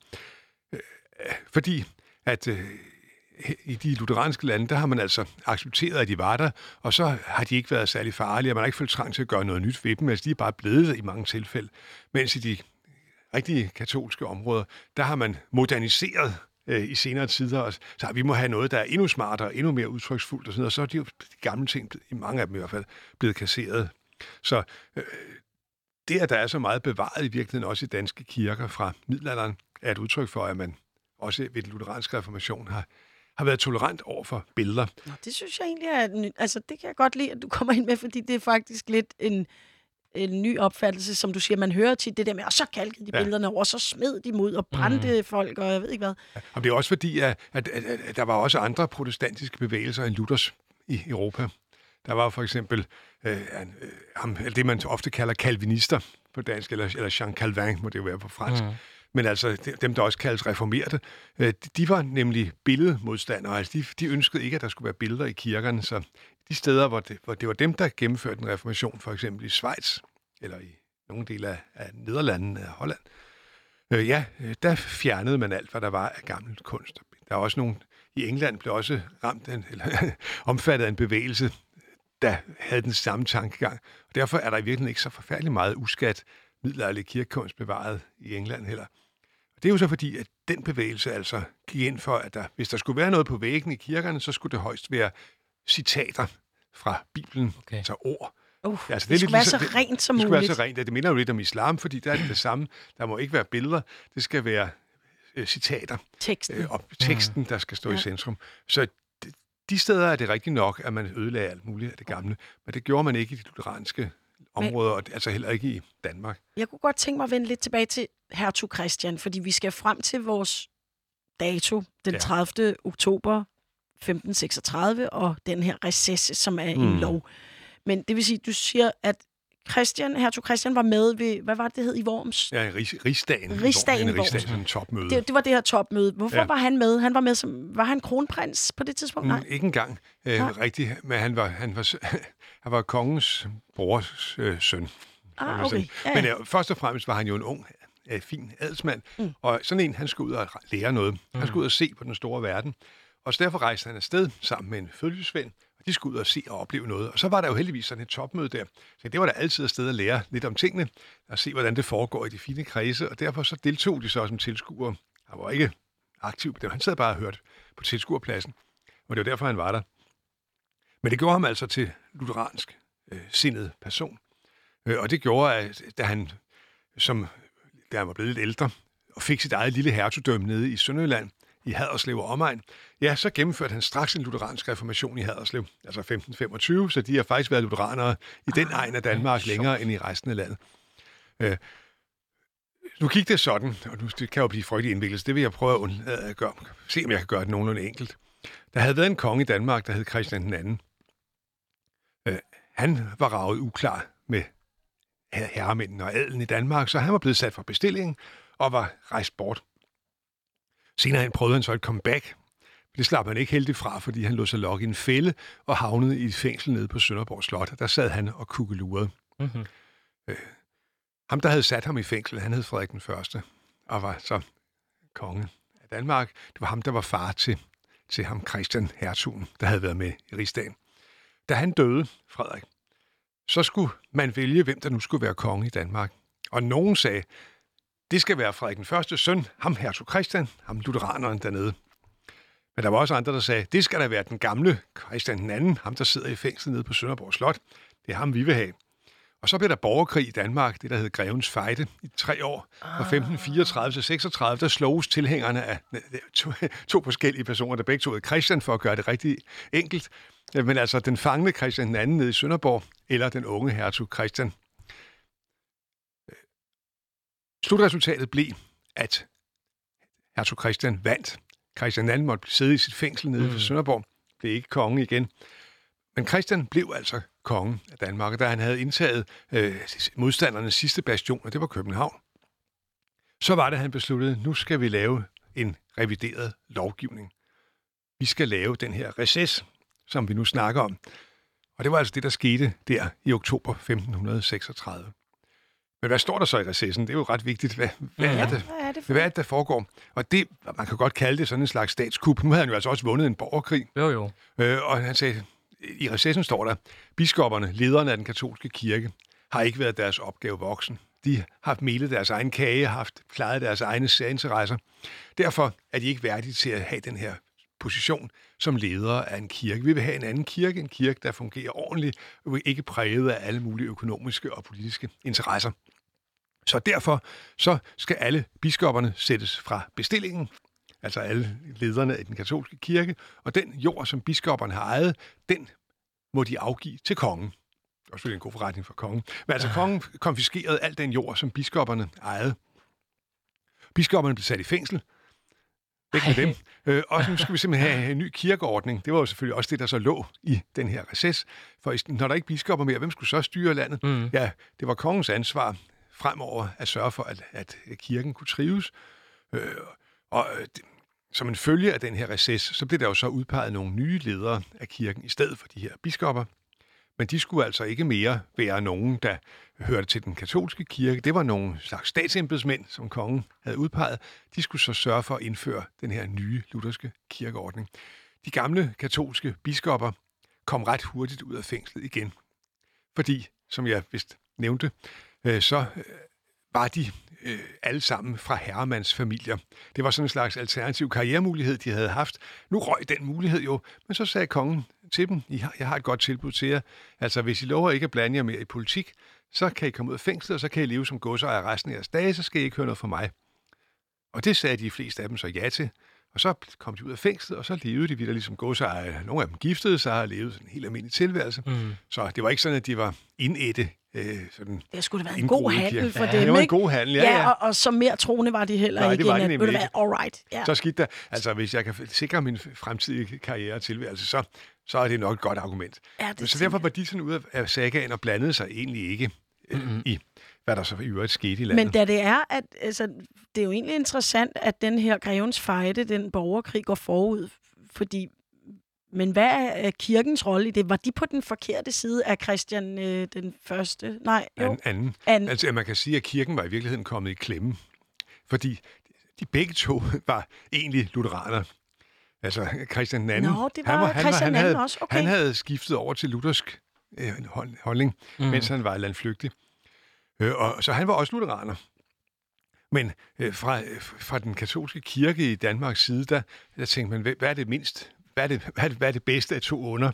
Fordi at i de lutheranske lande, der har man altså accepteret, at de var der, og så har de ikke været særlig farlige, og man har ikke følt trang til at gøre noget nyt ved dem, altså de er bare blevet i mange tilfælde. Mens i de rigtige katolske områder, der har man moderniseret i senere tider, og så vi må have noget, der er endnu smartere, endnu mere udtryksfuldt, og så er de gamle ting, i mange af dem i hvert fald, blevet kasseret. Så det, at der er så meget bevaret i virkeligheden, også i danske kirker fra middelalderen, er et udtryk for, at man også ved den lutheranske reformation har været tolerant over for billeder. Nå, det synes jeg egentlig er... Altså, det kan jeg godt lide, at du kommer ind med, fordi det er faktisk lidt en ny opfattelse, som du siger. Man hører tit det der med, og så kalkede de billederne over, og så smed de dem ud og brændte folk, og jeg ved ikke hvad. Ja, og det er også fordi, at der var også andre protestantiske bevægelser end Luthers i Europa. Der var for eksempel det, man ofte kalder calvinister på dansk, eller Jean Calvin, må det jo være på fransk. Men altså dem, der også kaldes reformerte, de var nemlig billedmodstandere. Altså de ønskede ikke, at der skulle være billeder i kirkerne. Så de steder, hvor det var dem, der gennemførte en reformation, for eksempel i Schweiz, eller i nogle dele af Nederlandene og Holland, der fjernede man alt, hvad der var af gammel kunst. Der er også nogle... I England blev også ramt omfattet af en bevægelse, der havde den samme tankegang. Og derfor er der i virkeligheden ikke så forfærdeligt meget uskat middelalderlig kirkekunst bevaret i England heller. Og det er jo så fordi, at den bevægelse altså gik ind for, at hvis der skulle være noget på væggen i kirkerne, så skulle det højst være citater fra Bibelen, altså ord. Altså, det skulle være så rent som muligt. Det skulle være så rent. Det minder jo lidt om islam, fordi der er det samme. Der må ikke være billeder. Det skal være citater. Teksten. Og teksten, der skal stå i centrum. Så de steder er det rigtigt nok, at man ødelagde alt muligt af det gamle. Men det gjorde man ikke i de lutheranske områder, og altså heller ikke i Danmark. Jeg kunne godt tænke mig at vende lidt tilbage til hertug Christian, fordi vi skal frem til vores dato, den 30. oktober 1536, og den her recesse, som er en lov. Men det vil sige, du siger, at hertug Christian var med ved, hvad var det hed i Worms? Ja, Rigsdagen. Rigsdagen, topmøde. Det var det her topmøde. Hvorfor var han med? Han var med var han kronprins på det tidspunkt? Nej. Ikke engang rigtigt, men han var kongens brors søn. Okay. Men først og fremmest var han jo en ung, fin adelsmand, og sådan en, han skulle ud og lære noget. Han skulle ud og se på den store verden, og så derfor rejste han afsted sammen med en følgesvend. De skulle ud og se og opleve noget. Og så var der jo heldigvis sådan et topmøde der. Så det var der altid afsted at lære lidt om tingene, og se, hvordan det foregår i de fine kredse. Og derfor så deltog de så som tilskuere. Han var ikke aktiv. Han sad bare og hørte på tilskuerpladsen. Og det var derfor, han var der. Men det gjorde ham altså til lutheransk sindet person. Og det gjorde, at da han var blevet lidt ældre, og fik sit eget lille hertugdømme nede i Sønderjylland, i Haderslev og omegn, så gennemførte han straks en lutheransk reformation i Haderslev, altså 1525, så de har faktisk været lutheranere i den egen af Danmark længere end i resten af landet. Nu gik det sådan, og nu det kan jo blive frygtelig indviklet, så det vil jeg prøve at gøre, se om jeg kan gøre det nogenlunde enkelt. Der havde været en konge i Danmark, der hed Christian den anden. Han var raget uklar med herremændene og adelen i Danmark, så han var blevet sat fra bestillingen og var rejst bort. Senere hen prøvede han så et comeback. Det slap han ikke heldigt fra, fordi han lod sig lokke i en fælde og havnede i et fængsel nede på Sønderborg Slot. Der sad han og kukkelurede. Mm-hmm. Ham, der havde sat ham i fængsel, han hed Frederik den Første, og var så konge af Danmark. Det var ham, der var far til ham, Christian hertugen, der havde været med i Rigsdagen. Da han døde, Frederik, så skulle man vælge, hvem der nu skulle være konge i Danmark. Og nogen sagde, det skal være Frederik den Første søn, ham hertug Christian, ham lutheraneren dernede. Men der var også andre, der sagde, det skal da være den gamle Christian den anden, ham der sidder i fængsel nede på Sønderborg Slot. Det er ham, vi vil have. Og så blev der borgerkrig i Danmark, det der hed Grevens Fejde, i 3 år. Fra 1534 til 36, der sloges tilhængerne af to forskellige personer, der begge to hed Christian, for at gøre det rigtig enkelt. Men altså den fangne Christian den anden nede i Sønderborg, eller den unge hertug Christian. Slutresultatet blev, at hertug Christian vandt. Christian II måtte sidde i sit fængsel nede i Sønderborg, blev ikke konge igen. Men Christian blev altså konge af Danmark, og da han havde indtaget modstandernes sidste bastion, og det var København, så var det, han besluttede, nu skal vi lave en revideret lovgivning. Vi skal lave den her recess, som vi nu snakker om. Og det var altså det, der skete der i oktober 1536. Men hvad står der så i recessen? Det er jo ret vigtigt. Hvad er det, der foregår? Og det, man kan godt kalde det sådan en slags statskup. Nu havde han jo altså også vundet en borgerkrig. Jo. Og han sagde, i recessen står der, biskopperne, lederne af den katolske kirke, har ikke været deres opgave voksen. De har melet deres egen kage, klaret deres egne særinteresser. Derfor er de ikke værdige til at have den her position som ledere af en kirke. Vi vil have en anden kirke, en kirke, der fungerer ordentligt, og ikke præget af alle mulige økonomiske og politiske interesser. Så derfor så skal alle biskopperne sættes fra bestillingen, altså alle lederne af den katolske kirke, og den jord, som biskopperne har ejet, den må de afgive til kongen. Det var selvfølgelig en god forretning for kongen. Men altså kongen konfiskerede al den jord, som biskopperne ejede. Biskopperne blev sat i fængsel. Ikke med dem. Og nu skal vi simpelthen have en ny kirkeordning. Det var jo selvfølgelig også det, der så lå i den her recess. For når der ikke biskopper mere, hvem skulle så styre landet? Ja, det var kongens ansvar fremover at sørge for, at kirken kunne trives. Som en følge af den her recess, så blev der jo så udpeget nogle nye ledere af kirken i stedet for de her biskopper. Men de skulle altså ikke mere være nogen, der hørte til den katolske kirke. Det var nogle slags statsembedsmænd, som kongen havde udpeget. De skulle så sørge for at indføre den her nye lutherske kirkeordning. De gamle katolske biskopper kom ret hurtigt ud af fængslet igen. Fordi, som jeg vist nævnte, så var de alle sammen fra herremandsfamilier. Det var sådan en slags alternativ karrieremulighed, de havde haft. Nu røg den mulighed jo, men så sagde kongen til dem, jeg har et godt tilbud til jer. Altså, hvis I lover ikke at blande jer mere i politik, så kan I komme ud af fængslet, og så kan I leve som godsejer resten af jeres dage, så skal I ikke høre noget fra mig. Og det sagde de fleste af dem så ja til. Og så kom de ud af fængslet, og så levede de videre ligesom godsejer. Nogle af dem giftede sig og levede en helt almindelig tilværelse. Så det var ikke sådan, at de var indædte. Det skulle da være en god handel for dem, det var en god handel, ja. Og så mere troende var de heller ikke. Det var det nemlig ikke. All right. Ja. Så skidt der. Altså, hvis jeg kan sikre min fremtidige karriere og tilværelse, så er det nok et godt argument. Ja, så derfor var de sådan ude af sagaen og blandede sig egentlig ikke i, hvad der så i øvrigt skete i landet. Men da det er, at altså, det er jo egentlig interessant, at den her grevens fejde, den borgerkrig går forud, fordi. Men hvad er kirkens rolle i det? Var de på den forkerte side af Christian den første? Nej, jo. Anden. Altså, man kan sige, at kirken var i virkeligheden kommet i klemme, fordi de begge to var egentlig lutheraner. Altså, Christian II. Nå, det var Christian II også. Okay. Han havde skiftet over til luthersk holdning, mens han var landflygtig. Og så han var også lutheraner. Men fra den katolske kirke i Danmarks side, der tænkte man, hvad er det mindst? Hvad er det bedste af to onder?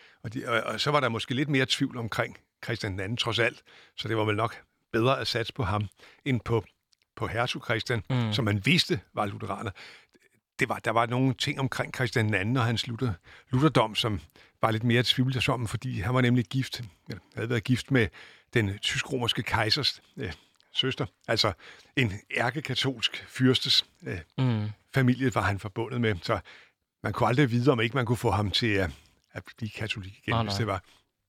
Og så var der måske lidt mere tvivl omkring Christian II, trods alt. Så det var vel nok bedre at satse på ham, end på hertug Christian, som man vidste var lutheraner. Der var nogle ting omkring Christian II og hans lutherdom, som var lidt mere tvivlsomme, fordi han var nemlig havde været gift med den tysk-romerske kejsers søster. Altså en ærkekatolsk fyrstes familie var han forbundet med, så man kunne aldrig vide, om ikke man kunne få ham til at blive katolik igen, hvis det var.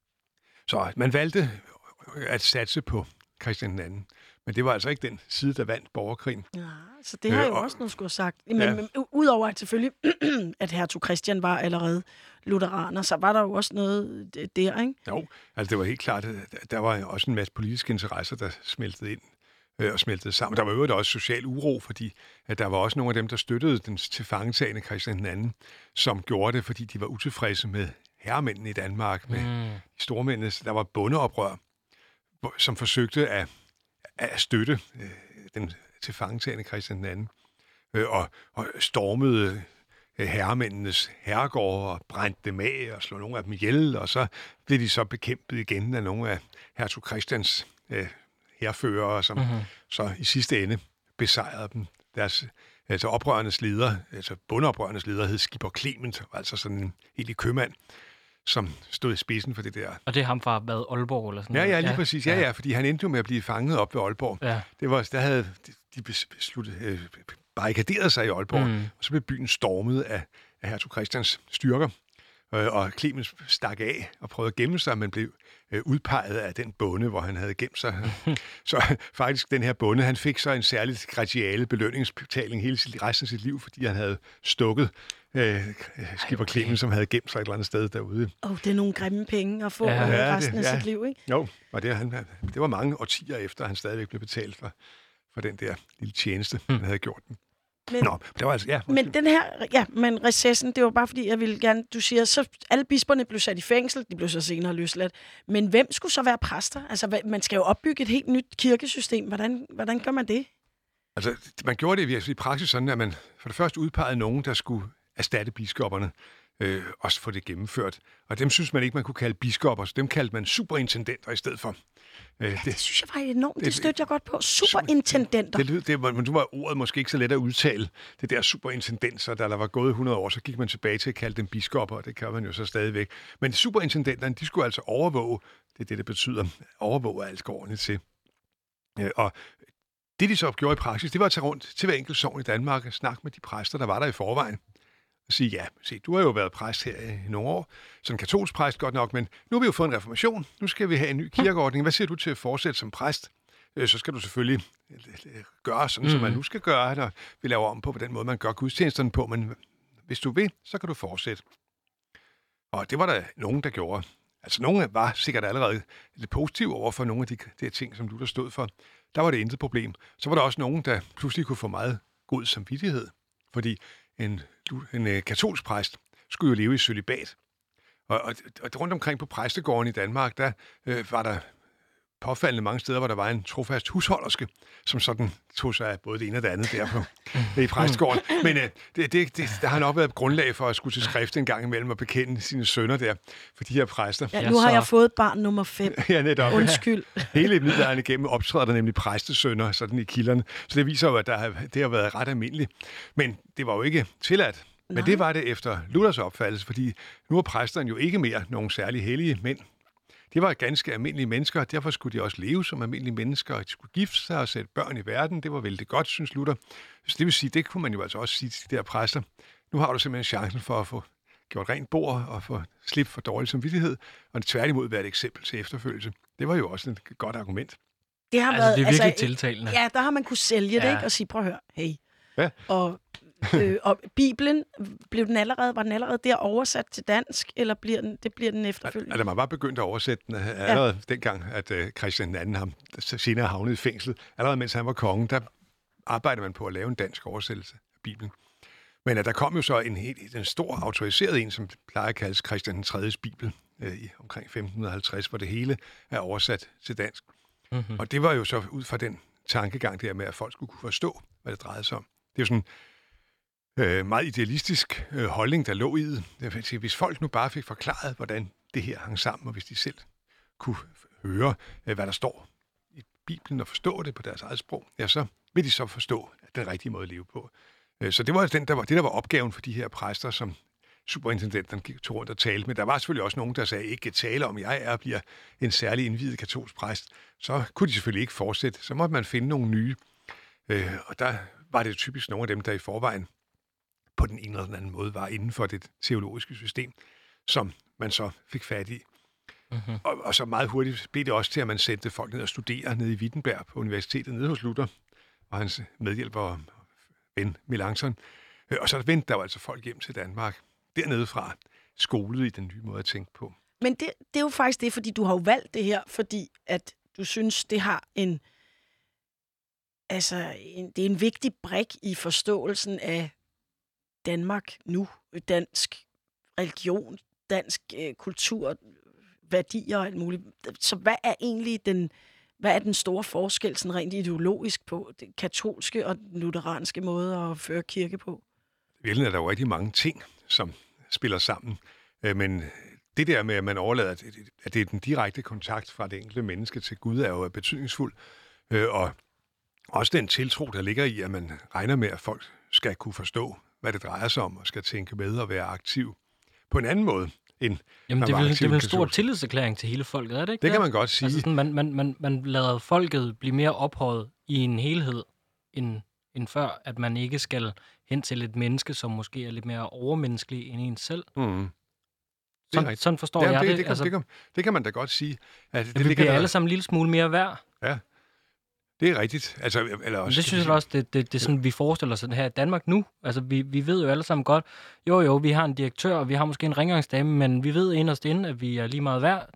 Så man valgte at satse på Christian II. Men det var altså ikke den side, der vandt borgerkrigen. Ja, så det har jo også noget skulle have sagt. Men udover at selvfølgelig, at hertug Christian var allerede lutheraner, så var der jo også noget der, ikke? Jo, altså det var helt klart, at der var også en masse politiske interesser, der smeltede ind og smeltede sammen. Der var jo også social uro, fordi at der var også nogle af dem, der støttede den tilfangetagende Christian II, som gjorde det, fordi de var utilfredse med herremændene i Danmark, med de stormændene. Der var bondeoprør, som forsøgte at støtte den tilfangetagende Christian II, og stormede herremændenes herregårde og brændte dem af og slog nogle af dem ihjel, og så blev de så bekæmpet igen af nogle af hertug Christians hærførere, som så i sidste ende besejrede dem. Altså oprørernes leder, altså bondeoprørernes leder hed Skipper Clement, altså sådan en helt købmand, som stod i spidsen for det der. Og det er ham fra Aalborg eller sådan noget? Ja, lige præcis. Ja, fordi han endte jo med at blive fanget op ved Aalborg. Ja. Der havde de besluttet, barrikaderet sig i Aalborg, og så blev byen stormet af hertug Christians styrker. Og Clemens stak af og prøvede at gemme sig, men blev udpeget af den bonde, hvor han havde gemt sig. Så faktisk den her bonde, han fik så en særlig gratiale belønningsbetaling resten af sit liv, fordi han havde stukket Skipper Clemens, som havde gemt sig et eller andet sted derude. Det er nogle grimme penge at få resten af sit liv, ikke? Jo, og det var mange årtier efter, han stadigvæk blev betalt for den der lille tjeneste, han havde gjort den. Men den her, men recessen, det var bare fordi, jeg ville gerne, du siger, så alle bisperne blev sat i fængsel, de blev så senere løsladt. Men hvem skulle så være præster? Altså, man skal jo opbygge et helt nyt kirkesystem. Hvordan gør man det? Altså, man gjorde det i praksis sådan, at man for det første udpegede nogen, der skulle erstatte biskopperne, også få det gennemført. Og dem synes man ikke, man kunne kalde biskopper, så dem kaldte man superintendenter i stedet for. Det synes jeg var enormt. Det støtter jeg godt på. Superintendenter. Men nu var ordet måske ikke så let at udtale. Det der superintendent, så da der var gået 100 år, så gik man tilbage til at kalde dem biskopper, og det kan man jo så stadigvæk. Men superintendenterne, de skulle altså overvåge, det betyder, overvåge alt går ordentligt til. Og det, de så gjorde i praksis, det var at tage rundt til hver enkelt sogn i Danmark og snakke med de præster, der var der i forvejen. Og sige, du har jo været præst her i nogle år, sådan en katolsk præst godt nok, men nu har vi jo fået en reformation, nu skal vi have en ny kirkeordning. Hvad siger du til at fortsætte som præst? Så skal du selvfølgelig gøre sådan, som man nu skal gøre, når vi laver om på den måde, man gør gudstjenesterne på, men hvis du vil, så kan du fortsætte. Og det var der nogen, der gjorde. Altså, nogen var sikkert allerede lidt positive over for nogle af de ting, som Luther stod for. Der var det intet problem. Så var der også nogen, der pludselig kunne få meget god samvittighed, fordi en katolsk præst skulle jo leve i cølibat. Og rundt omkring på præstegården i Danmark, der var der påfaldende mange steder, hvor der var en trofast husholderske, som sådan tog sig af både det ene og det andet derfor i præstegården. Men der har nok været grundlag for at skulle til skrift en gang imellem og bekende sine sønner der for de her præster. Ja, nu har jeg fået barn nummer 5. Ja, netop. Undskyld. Hele middelalderen igennem optræder der nemlig præstesønner sådan i kilderne. Så det viser jo, at det har været ret almindeligt. Men det var jo ikke tilladt. Men Nej. det var det efter Luthers opfattelse, fordi nu er præsterne jo ikke mere nogen særlig hellige mænd. Det var ganske almindelige mennesker, og derfor skulle de også leve som almindelige mennesker, og de skulle gifte sig og sætte børn i verden. Det var vældig godt, synes Luther. Så det vil sige, det kunne man jo altså også sige til de der præster. Nu har du simpelthen chancen for at få gjort rent bord og få slip for dårlig samvittighed, og det tværtimod være et eksempel til efterfølgelse. Det var jo også et godt argument. Det har Altså, været, det er virkelig tiltalende. Ja, der har man kunne sælge det, ikke? Og sige, prøv at høre, hey. Ja. Og Bibelen, var den allerede der oversat til dansk, eller bliver den efterfølgende? Altså, man var begyndt at oversætte den allerede dengang, at Christian II ham senere havnede i fængsel. Allerede mens han var konge, der arbejdede man på at lave en dansk oversættelse af Bibelen. Men der kom jo så en stor autoriseret en, som plejer at kaldes Christian III's Bibel, i omkring 1550, hvor det hele er oversat til dansk. Mm-hmm. Og det var jo så ud fra den tankegang der med, at folk skulle kunne forstå, hvad det drejede sig om. Det er jo sådan meget idealistisk holdning, der lå i det. Det vil sige, hvis folk nu bare fik forklaret, hvordan det her hang sammen, og hvis de selv kunne høre, hvad der står i Bibelen og forstå det på deres eget sprog, ja, så vil de så forstå den rigtige måde at leve på. Så det var der var opgaven for de her præster, som superintendenten tog rundt og talte med. Der var selvfølgelig også nogen, der sagde, ikke tale om, jeg bliver en særlig indviet katolsk præst. Så kunne de selvfølgelig ikke fortsætte. Så måtte man finde nogle nye. Og der var det typisk nogle af dem, der i forvejen på den ene eller den anden måde var inden for det teologiske system, som man så fik fat i. Mm-hmm. Og så meget hurtigt blev det også til, at man sendte folk ned og studere nede i Wittenberg på universitetet nede hos Luther, og hans medhjælper ven Melanchthon. Og så vendte der jo altså folk hjem til Danmark, dernede fra, skolet i den nye måde at tænke på. Men det er jo faktisk det, fordi du har jo valgt det her, fordi at du synes, det har det er en vigtig brik i forståelsen af Danmark nu, dansk religion, dansk kultur, værdier og alt muligt. Så hvad er egentlig den store forskel, sådan rent ideologisk på den katolske og den lutheranske måde at føre kirke på? Virkelig er der jo rigtig mange ting, som spiller sammen. Men det der med, at man overlader, at det er den direkte kontakt fra det enkelte menneske til Gud, er jo betydningsfuld. Og også den tiltro, der ligger i, at man regner med, at folk skal kunne forstå, hvad det drejer sig om, og skal tænke med og være aktiv på en anden måde end Jamen, det er vel en stor tillidserklæring til hele folket, er det ikke? Det kan man godt sige. Altså sådan, man lader folket blive mere ophøjet i en helhed, end før, at man ikke skal hen til et menneske, som måske er lidt mere overmenneskelig end en selv. Mm. Sådan forstår jeg det. Det kan man da godt sige. At vi bliver alle sammen en lille smule mere værd. Ja, det er rigtigt. Altså, eller også, det synes jeg også, det er sådan, vi forestiller os det her i Danmark nu. Altså, vi ved jo alle sammen godt, jo, vi har en direktør, og vi har måske en rengøringsdame, men vi ved inderst inde, at vi er lige meget værd.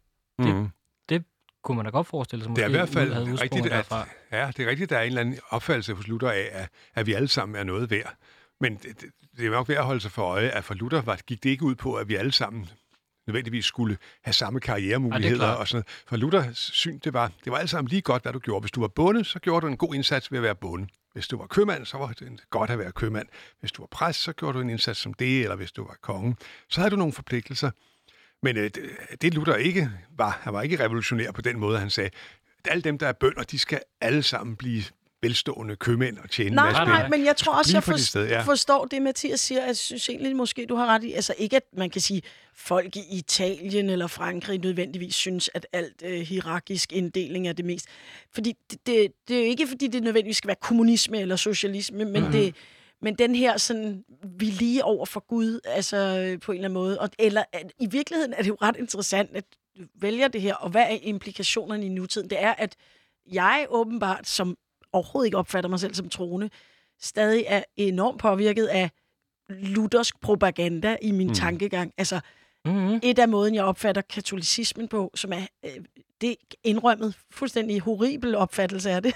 Det kunne man da godt forestille sig. Det er i hvert fald rigtigt, det er rigtigt, der er en eller anden opfattelse hos Luther af, at vi alle sammen er noget værd. Men det er nok værd at holde sig for øje, at for Luther gik det ikke ud på, at vi alle sammen nødvendigvis skulle have samme karrieremuligheder og sådan noget. For Luthers syn, det var alt sammen lige godt, hvad du gjorde. Hvis du var bonde, så gjorde du en god indsats ved at være bonde. Hvis du var købmand, så var det godt at være købmand. Hvis du var præst, så gjorde du en indsats som det, eller hvis du var konge, så havde du nogle forpligtelser. Men det Luther ikke var, han var ikke revolutionær på den måde, han sagde, at alle dem, der er bønder, de skal alle sammen blive velstående købmænd og tjene en masse penge. Nej, men jeg tror også, jeg forstår det, Mathias siger. Jeg synes egentlig måske, du har ret i. Altså ikke, at man kan sige, folk i Italien eller Frankrig nødvendigvis synes, at alt hierarkisk inddeling er det mest. Fordi det er jo ikke, fordi det nødvendigvis skal være kommunisme eller socialisme, men men den her sådan, vi lige over for Gud, altså på en eller anden måde. Eller i virkeligheden er det jo ret interessant, at du vælger det her, og hvad er implikationerne i nutiden? Det er, at jeg åbenbart, som overhovedet ikke opfatter mig selv som troende, stadig er enormt påvirket af luthersk propaganda i min tankegang. Altså, et af måden, jeg opfatter katolicismen på, som er det indrømmet fuldstændig horribel opfattelse af det.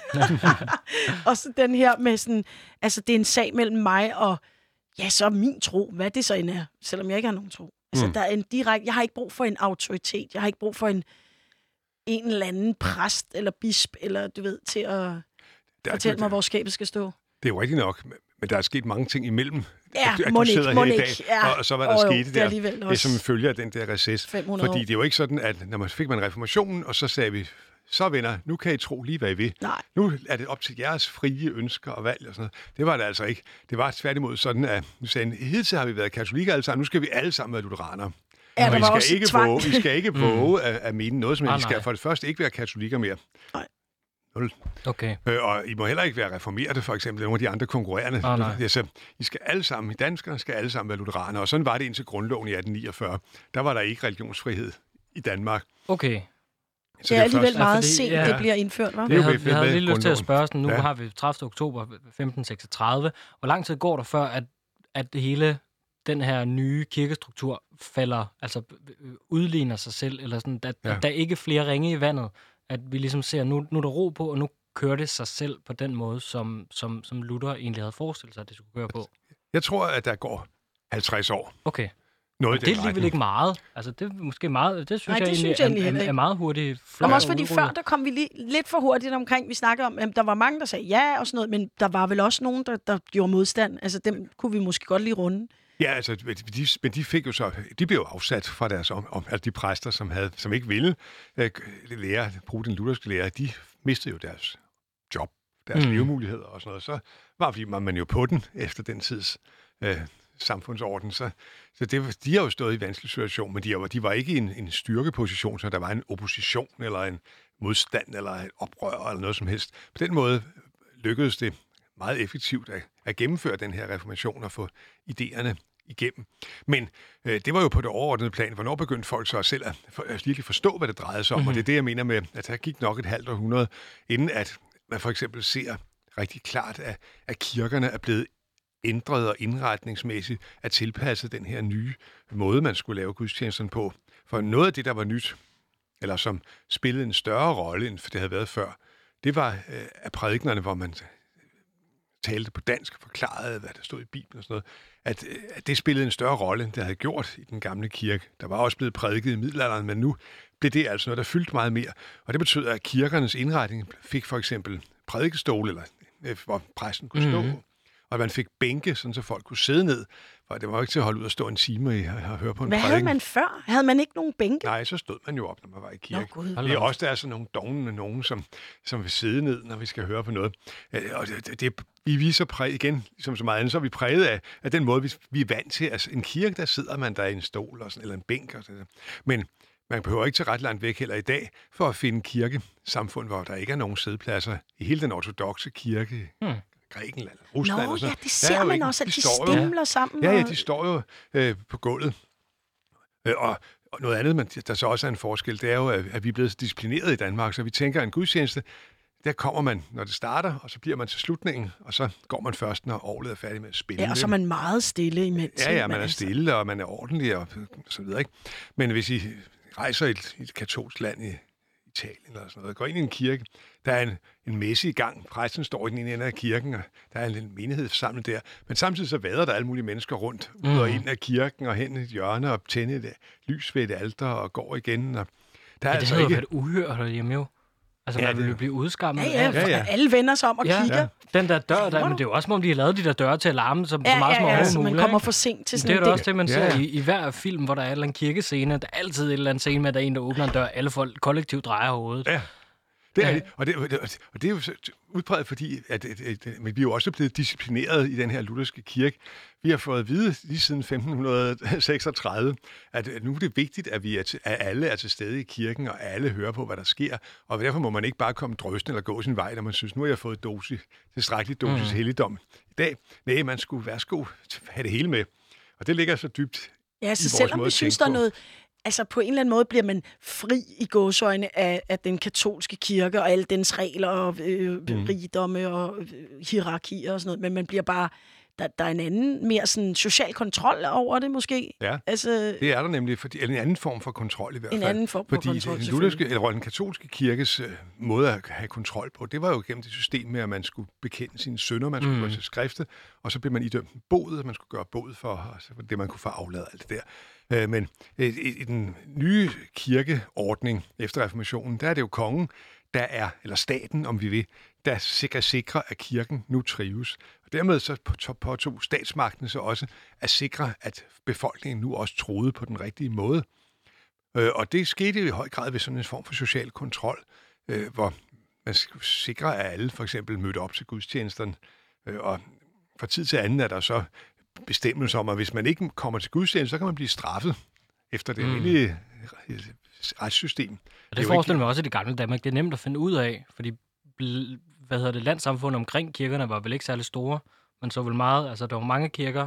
Og så den her med sådan, altså det er en sag mellem mig og, ja, så min tro, hvad det så end er, selvom jeg ikke har nogen tro. Altså, der er en direkte, jeg har ikke brug for en autoritet, jeg har ikke brug for en eller anden præst eller bisp, eller du ved, til at fortælle mig, hvor skabet skal stå. Det er jo rigtigt nok, men der er sket mange ting imellem, Ja, at du sidder her i dag, ja. og så hvad der skete der. Det er som følge af den der recess. Fordi det er jo ikke sådan, at når man fik reformationen, og så sagde vi, så venner, nu kan I tro lige, hvad I vil. Nej. Nu er det op til jeres frie ønsker og valg og sådan noget. Det var det altså ikke. Det var tværtimod sådan, at nu sagde hidtil har vi været katolikker alle sammen, nu skal vi alle sammen være lutheranere. Ja, og I skal ikke våge at mene noget, som I skal for det første ikke være katolikker mere. Nej. 0. Okay. Og I må heller ikke være reformerte, for eksempel, nogle af de andre konkurrerende. Så I skal alle sammen, danskere skal alle sammen være lutheranere, og sådan var det indtil grundloven i 1849. Der var der ikke religionsfrihed i Danmark. Okay. Så det er alligevel meget sent, det bliver indført, hva'? Jeg havde lige lyst til at spørge sådan, nu har vi 30. oktober 1536. Hvor lang tid går der før, at hele den her nye kirkestruktur falder, altså udligner sig selv, eller sådan, at der er ikke flere ringe i vandet, at vi ligesom ser, nu er der ro på, og nu kører det sig selv på den måde, som Luther egentlig havde forestillet sig, at det skulle køre på? Jeg tror, at der går 50 år. Okay. Det er alligevel ikke meget. Altså, det er måske meget. Det synes jeg egentlig er meget hurtigt. Men også fordi før, der kom vi lidt for hurtigt omkring. Vi snakkede om, at der var mange, der sagde ja og sådan noget, men der var vel også nogen, der gjorde modstand. Altså, dem kunne vi måske godt lige runde. Ja, altså, men de fik jo så, de blev jo afsat fra deres altså de præster, som ikke ville bruge den lutherske lære, de mistede jo deres job, deres levemuligheder og sådan noget. Så var man jo på den efter den tids samfundsorden. Så de har jo stået i en vanskelig situation, men de var ikke i en styrkeposition, så der var en opposition eller en modstand eller et oprør eller noget som helst. På den måde lykkedes det meget effektivt at gennemføre den her reformation og få idéerne igennem. Men det var jo på det overordnede plan. Hvornår begyndte folk så selv at virkelig forstå, hvad det drejede sig om? Og det er det, jeg mener med, at der gik nok et halvt århundrede, inden at man for eksempel ser rigtig klart, at kirkerne er blevet ændret og indretningsmæssigt at tilpasse den her nye måde, man skulle lave gudstjenesterne på. For noget af det, der var nyt, eller som spillede en større rolle, end det havde været før, det var af prædikenerne, hvor man talte på dansk og forklarede, hvad der stod i Bibelen og sådan noget, at det spillede en større rolle, end det havde gjort i den gamle kirke. Der var også blevet prædiket i middelalderen, men nu blev det altså noget, der fyldte meget mere. Og det betød, at kirkernes indretning fik for eksempel prædikestole, eller hvor præsten kunne stå, og man fik bænke, sådan så folk kunne sidde ned, for det var jo ikke til at holde ud og stå en time og høre på en prædiken. Hvad havde man før? Havde man ikke nogen bænke? Nej, så stod man jo op, når man var i kirke. Det er også, der er sådan nogle dogne nogen, som vil sidde ned, når vi skal høre på noget. Og vi viser igen, som så meget andet, så er vi præget af den måde, vi er vant til. Altså en kirke, der sidder man der i en stol og sådan, eller en bænk. Og sådan. Men man behøver ikke til ret langt væk heller i dag, for at finde kirkesamfund, hvor der ikke er nogen sædepladser i hele den ortodokse kirke. Grækenland, Rusland og sådan. Ja, det ser man også, at de stimler sammen. Ja, de står jo på gulvet. Og noget andet, der så også er en forskel, det er jo, at vi er blevet disciplineret i Danmark, så vi tænker, at en gudstjeneste, der kommer man, når det starter, og så bliver man til slutningen, og så går man først, når orglet er færdig med at spille. Ja, og så er man meget stille imens. Ja, man er stille, og man er ordentlig, og så videre, ikke? Men hvis I rejser i et katolsk land i Italien eller sådan noget, går ind i en kirke, der er en messe i gang, præsten står i den ene ende af kirken, og der er en menighed samlet der, men samtidig så vader der alle mulige mennesker rundt, ud og ind af kirken, og hen i et hjørne, og tænde et lys ved et alter, og går igen, og der er altså det ikke... Det havde jo været uhørt herhjemme jo. Altså, man ville blive udskammet. Ja. Alle vender sig om og kigger. Ja. Den der dør, men det er jo også, som om de har lavet de der døre til at larme så meget som overhovedet muligt. Man kommer for sent til sådan det er jo også det, man ser i hver film, hvor der er en eller anden kirkescene. Der er altid et eller andet scene med, at der er en, der åbner en dør, alle folk kollektivt drejer hovedet. Ja. Det er det. Og det er jo udbredt, fordi men vi er jo også blevet disciplineret i den her lutherske kirke. Vi har fået at vide lige siden 1536, at nu er det vigtigt, at alle er til stede i kirken, og alle hører på, hvad der sker. Og derfor må man ikke bare komme drøsten eller gå sin vej, når man synes, nu har jeg fået tilstrækkelig dosis helligdom i dag. Nej, man skulle værsgo have det hele med. Og det ligger så dybt i vores selvom måde vi synes, der er noget... Altså på en eller anden måde bliver man fri i gåseøjne af den katolske kirke og alle dens regler og rigdomme og hierarkier og sådan noget, men man bliver bare der er en anden, mere sådan social kontrol over det måske. Ja, altså, det er der nemlig, eller en anden form for kontrol i hvert fald. En anden form for kontrol, fordi den lutherske, eller den katolske kirkes måde at have kontrol på, det var jo gennem det system med, at man skulle bekende sine synder, man skulle gå til skrifte, og så blev man idømt en bod, og man skulle gøre bod for det, man kunne få afladet alt det der. Men i den nye kirkeordning efter reformationen, der er det jo kongen, eller staten, om vi vil, der sikrer, at kirken nu trives. Og dermed så påtog statsmagten så også at sikre, at befolkningen nu også troede på den rigtige måde. Og det skete i høj grad ved sådan en form for social kontrol, hvor man sikrer, at alle for eksempel mødte op til gudstjenesterne. Og fra tid til anden er der så bestemmelser om, at hvis man ikke kommer til gudstjeneste, så kan man blive straffet efter det almindelige retssystem. Og det forestiller mig også i det gamle Danmark. Det er nemt at finde ud af, fordi landsamfundet omkring kirkerne var vel ikke særlig store, men så vel meget, altså der var mange kirker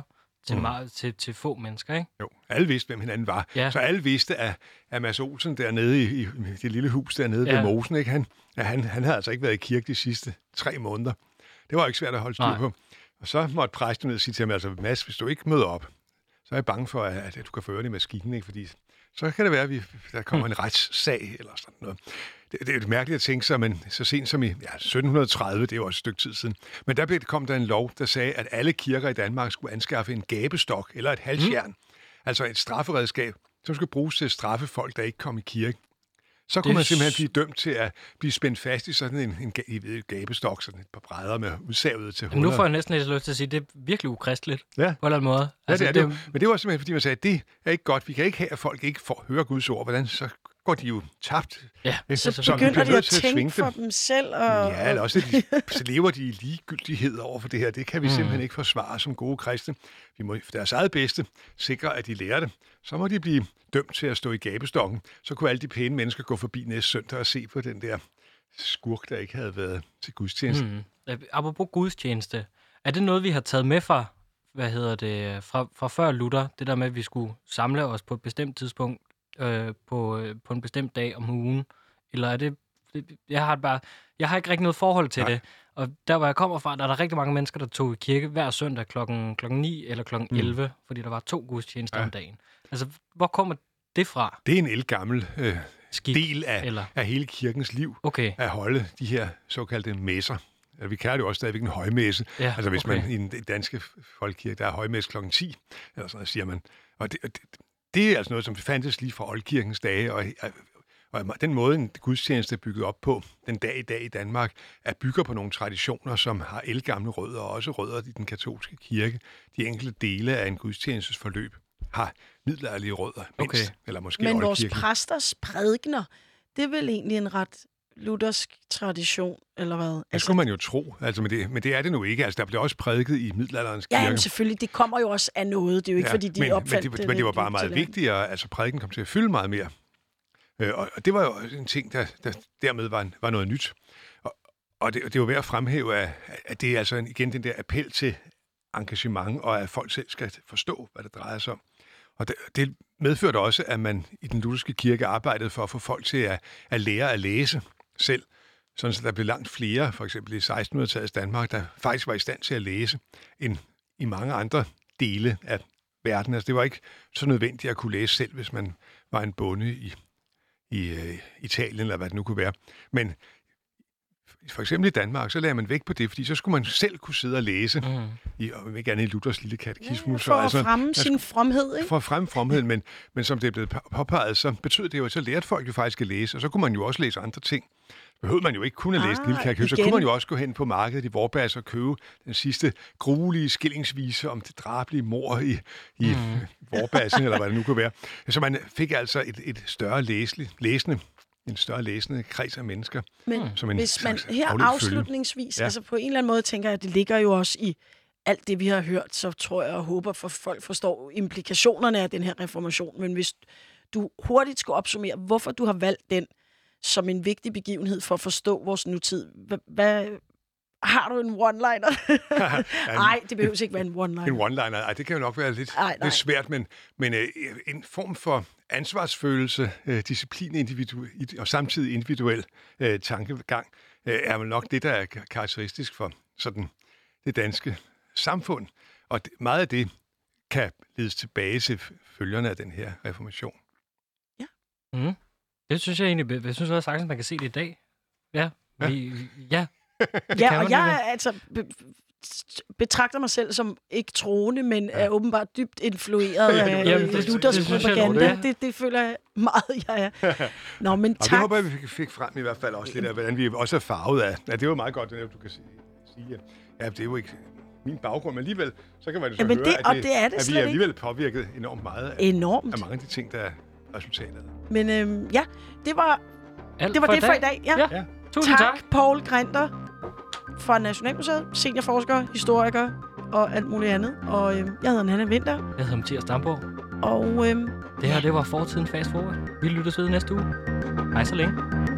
til få mennesker, ikke? Jo, alle vidste, hvem hinanden var. Ja. Så alle vidste, at Mads Olsen dernede i det lille hus dernede ved Mosen, ikke? Han havde altså ikke været i kirke de sidste 3 måneder. Det var jo ikke svært at holde styr på. Og så måtte præsten ned og sige til ham, altså Mads, hvis du ikke møder op, så er jeg bange for, at du kan føre det i maskinen, ikke? Fordi så kan det være, at der kommer en retssag eller sådan noget. Det er mærkeligt at tænke sig, men så sent som i 1730, det er jo også et stykke tid siden, men der kom der en lov, der sagde, at alle kirker i Danmark skulle anskaffe en gabestok eller et halsjern, altså et strafferedskab, som skulle bruges til at straffe folk, der ikke kom i kirke. Så kunne man simpelthen blive dømt til at blive spændt fast i sådan en gabestok, sådan et par brædder med udsavet til 100. Nu får jeg næsten lidt lyst til at sige, at det er virkelig ukristeligt på en eller anden måde. Altså, ja, det er det. Men det var simpelthen, fordi man sagde, at det er ikke godt. Vi kan ikke have, at folk ikke får høre Guds ord. Hvordan så går de jo tabt. Ja, så begynder de at tænke for dem selv. Og... Ja, eller også så lever de i ligegyldighed over for det her. Det kan vi simpelthen ikke forsvare som gode kristne. Vi må for deres eget bedste sikre, at de lærer det. Så må de blive dømt til at stå i gabestokken. Så kunne alle de pæne mennesker gå forbi næste søndag og se på den der skurk, der ikke havde været til gudstjeneste. Apropos gudstjeneste, er det noget, vi har taget med fra, fra før Luther? Det der med, at vi skulle samle os på et bestemt tidspunkt, på en bestemt dag om ugen, eller er det... Jeg har ikke rigtig noget forhold til det, og der hvor jeg kommer fra, der er der rigtig mange mennesker, der tog i kirke hver søndag klokken 9 eller klokken 11, fordi der var 2 gudstjenester om dagen. Altså, hvor kommer det fra? Det er en ældgammel del af hele kirkens liv, at holde de her såkaldte messer. Vi kalder det jo også stadigvæk en højmesse. Ja, altså hvis man i den danske folkekirke, der er højmesse klokken 10, eller sådan noget, siger man. Og det er altså noget, som fandtes lige fra oldkirkens dage, og den måde, en gudstjeneste er bygget op på den dag i dag i Danmark, er bygger på nogle traditioner, som har ældgamle rødder, og også rødder i den katolske kirke. De enkelte dele af en gudstjenestesforløb har middelalderlige rødder, mindst, eller måske men oldkirken. Vores præsters prædikener, det er vel egentlig en ret luthersk tradition, eller hvad? Det skulle man jo tro, altså, men det er det nu ikke. Altså, der blev også prædiket i middelalderens kirke. Ja, selvfølgelig. Det kommer jo også af noget. Det er jo ikke, fordi de opfandt det. Men det var bare meget vigtigere. Altså, prædiken kom til at fylde meget mere. Og det var jo en ting, der dermed var noget nyt. Og det var værd at fremhæve, at det er altså igen den der appel til engagement, og at folk selv skal forstå, hvad det drejer sig om. Og det medførte også, at man i den lutherske kirke arbejdede for at få folk til at lære at læse selv. Sådan så der blev langt flere, for eksempel i 1600-tallets Danmark, der faktisk var i stand til at læse, end i mange andre dele af verden. Altså det var ikke så nødvendigt at kunne læse selv, hvis man var en bonde i Italien, eller hvad det nu kunne være. Men for eksempel i Danmark, så lagde man væk på det, fordi så skulle man selv kunne sidde og læse, og ikke andet i Luthers lille katekismus. For at fremme sin fromhed, ikke? For at fremme fromheden, men som det er blevet påpeget, så betød det jo, at så lærte folk jo faktisk at læse, og så kunne man jo også læse andre ting. Behøvede man jo ikke kun at læse den lille katekismus, så kunne man jo også gå hen på markedet i Vorbasse og købe den sidste gruelige skillingsvise om det drabelige mord i Vorbassen, eller hvad det nu kunne være. Så man fik altså et større en større læsende kreds af mennesker. Men som hvis man her afslutningsvis, altså på en eller anden måde tænker jeg, at det ligger jo også i alt det, vi har hørt, så tror jeg og håber, for folk forstår implikationerne af den her reformation. Men hvis du hurtigt skal opsummere, hvorfor du har valgt den som en vigtig begivenhed for at forstå vores nutid, hvad har du en one-liner? Nej, det behøver ikke være en one-liner. En one-liner, det kan jo nok være lidt svært, men en form for ansvarsfølelse, disciplin og samtidig individuel tankegang er vel nok det, der er karakteristisk for sådan det danske samfund. Og meget af det kan ledes tilbage til følgerne af den her reformation. Mm. Det synes jeg egentlig, jeg synes også sagtens, man kan se det i dag. Ja, ja. Ja, og jeg betragter mig selv som ikke troende, men er åbenbart dybt influeret af Luthers propaganda. Det føler jeg meget, jeg er. Nå, men tak. Og det håber jeg, vi fik frem i hvert fald også lidt af, hvordan vi også er farvet af. Ja, det var meget godt, det du kan sige. Ja, det er jo ikke min baggrund, men alligevel, så kan man jo så høre, at vi er alligevel påvirket enormt meget af mange af de ting, der er resultatet. Men det var det for i dag. Ja. Tusind tak. Poul Grinter fra Nationalmuseet, seniorforsker, historiker og alt muligt andet. Og jeg hedder Nanna Winther. Jeg hedder Mathias Damborg. Og det her, det var Fortiden Fast Forward. Vi lyttes ved næste uge. Hej så længe.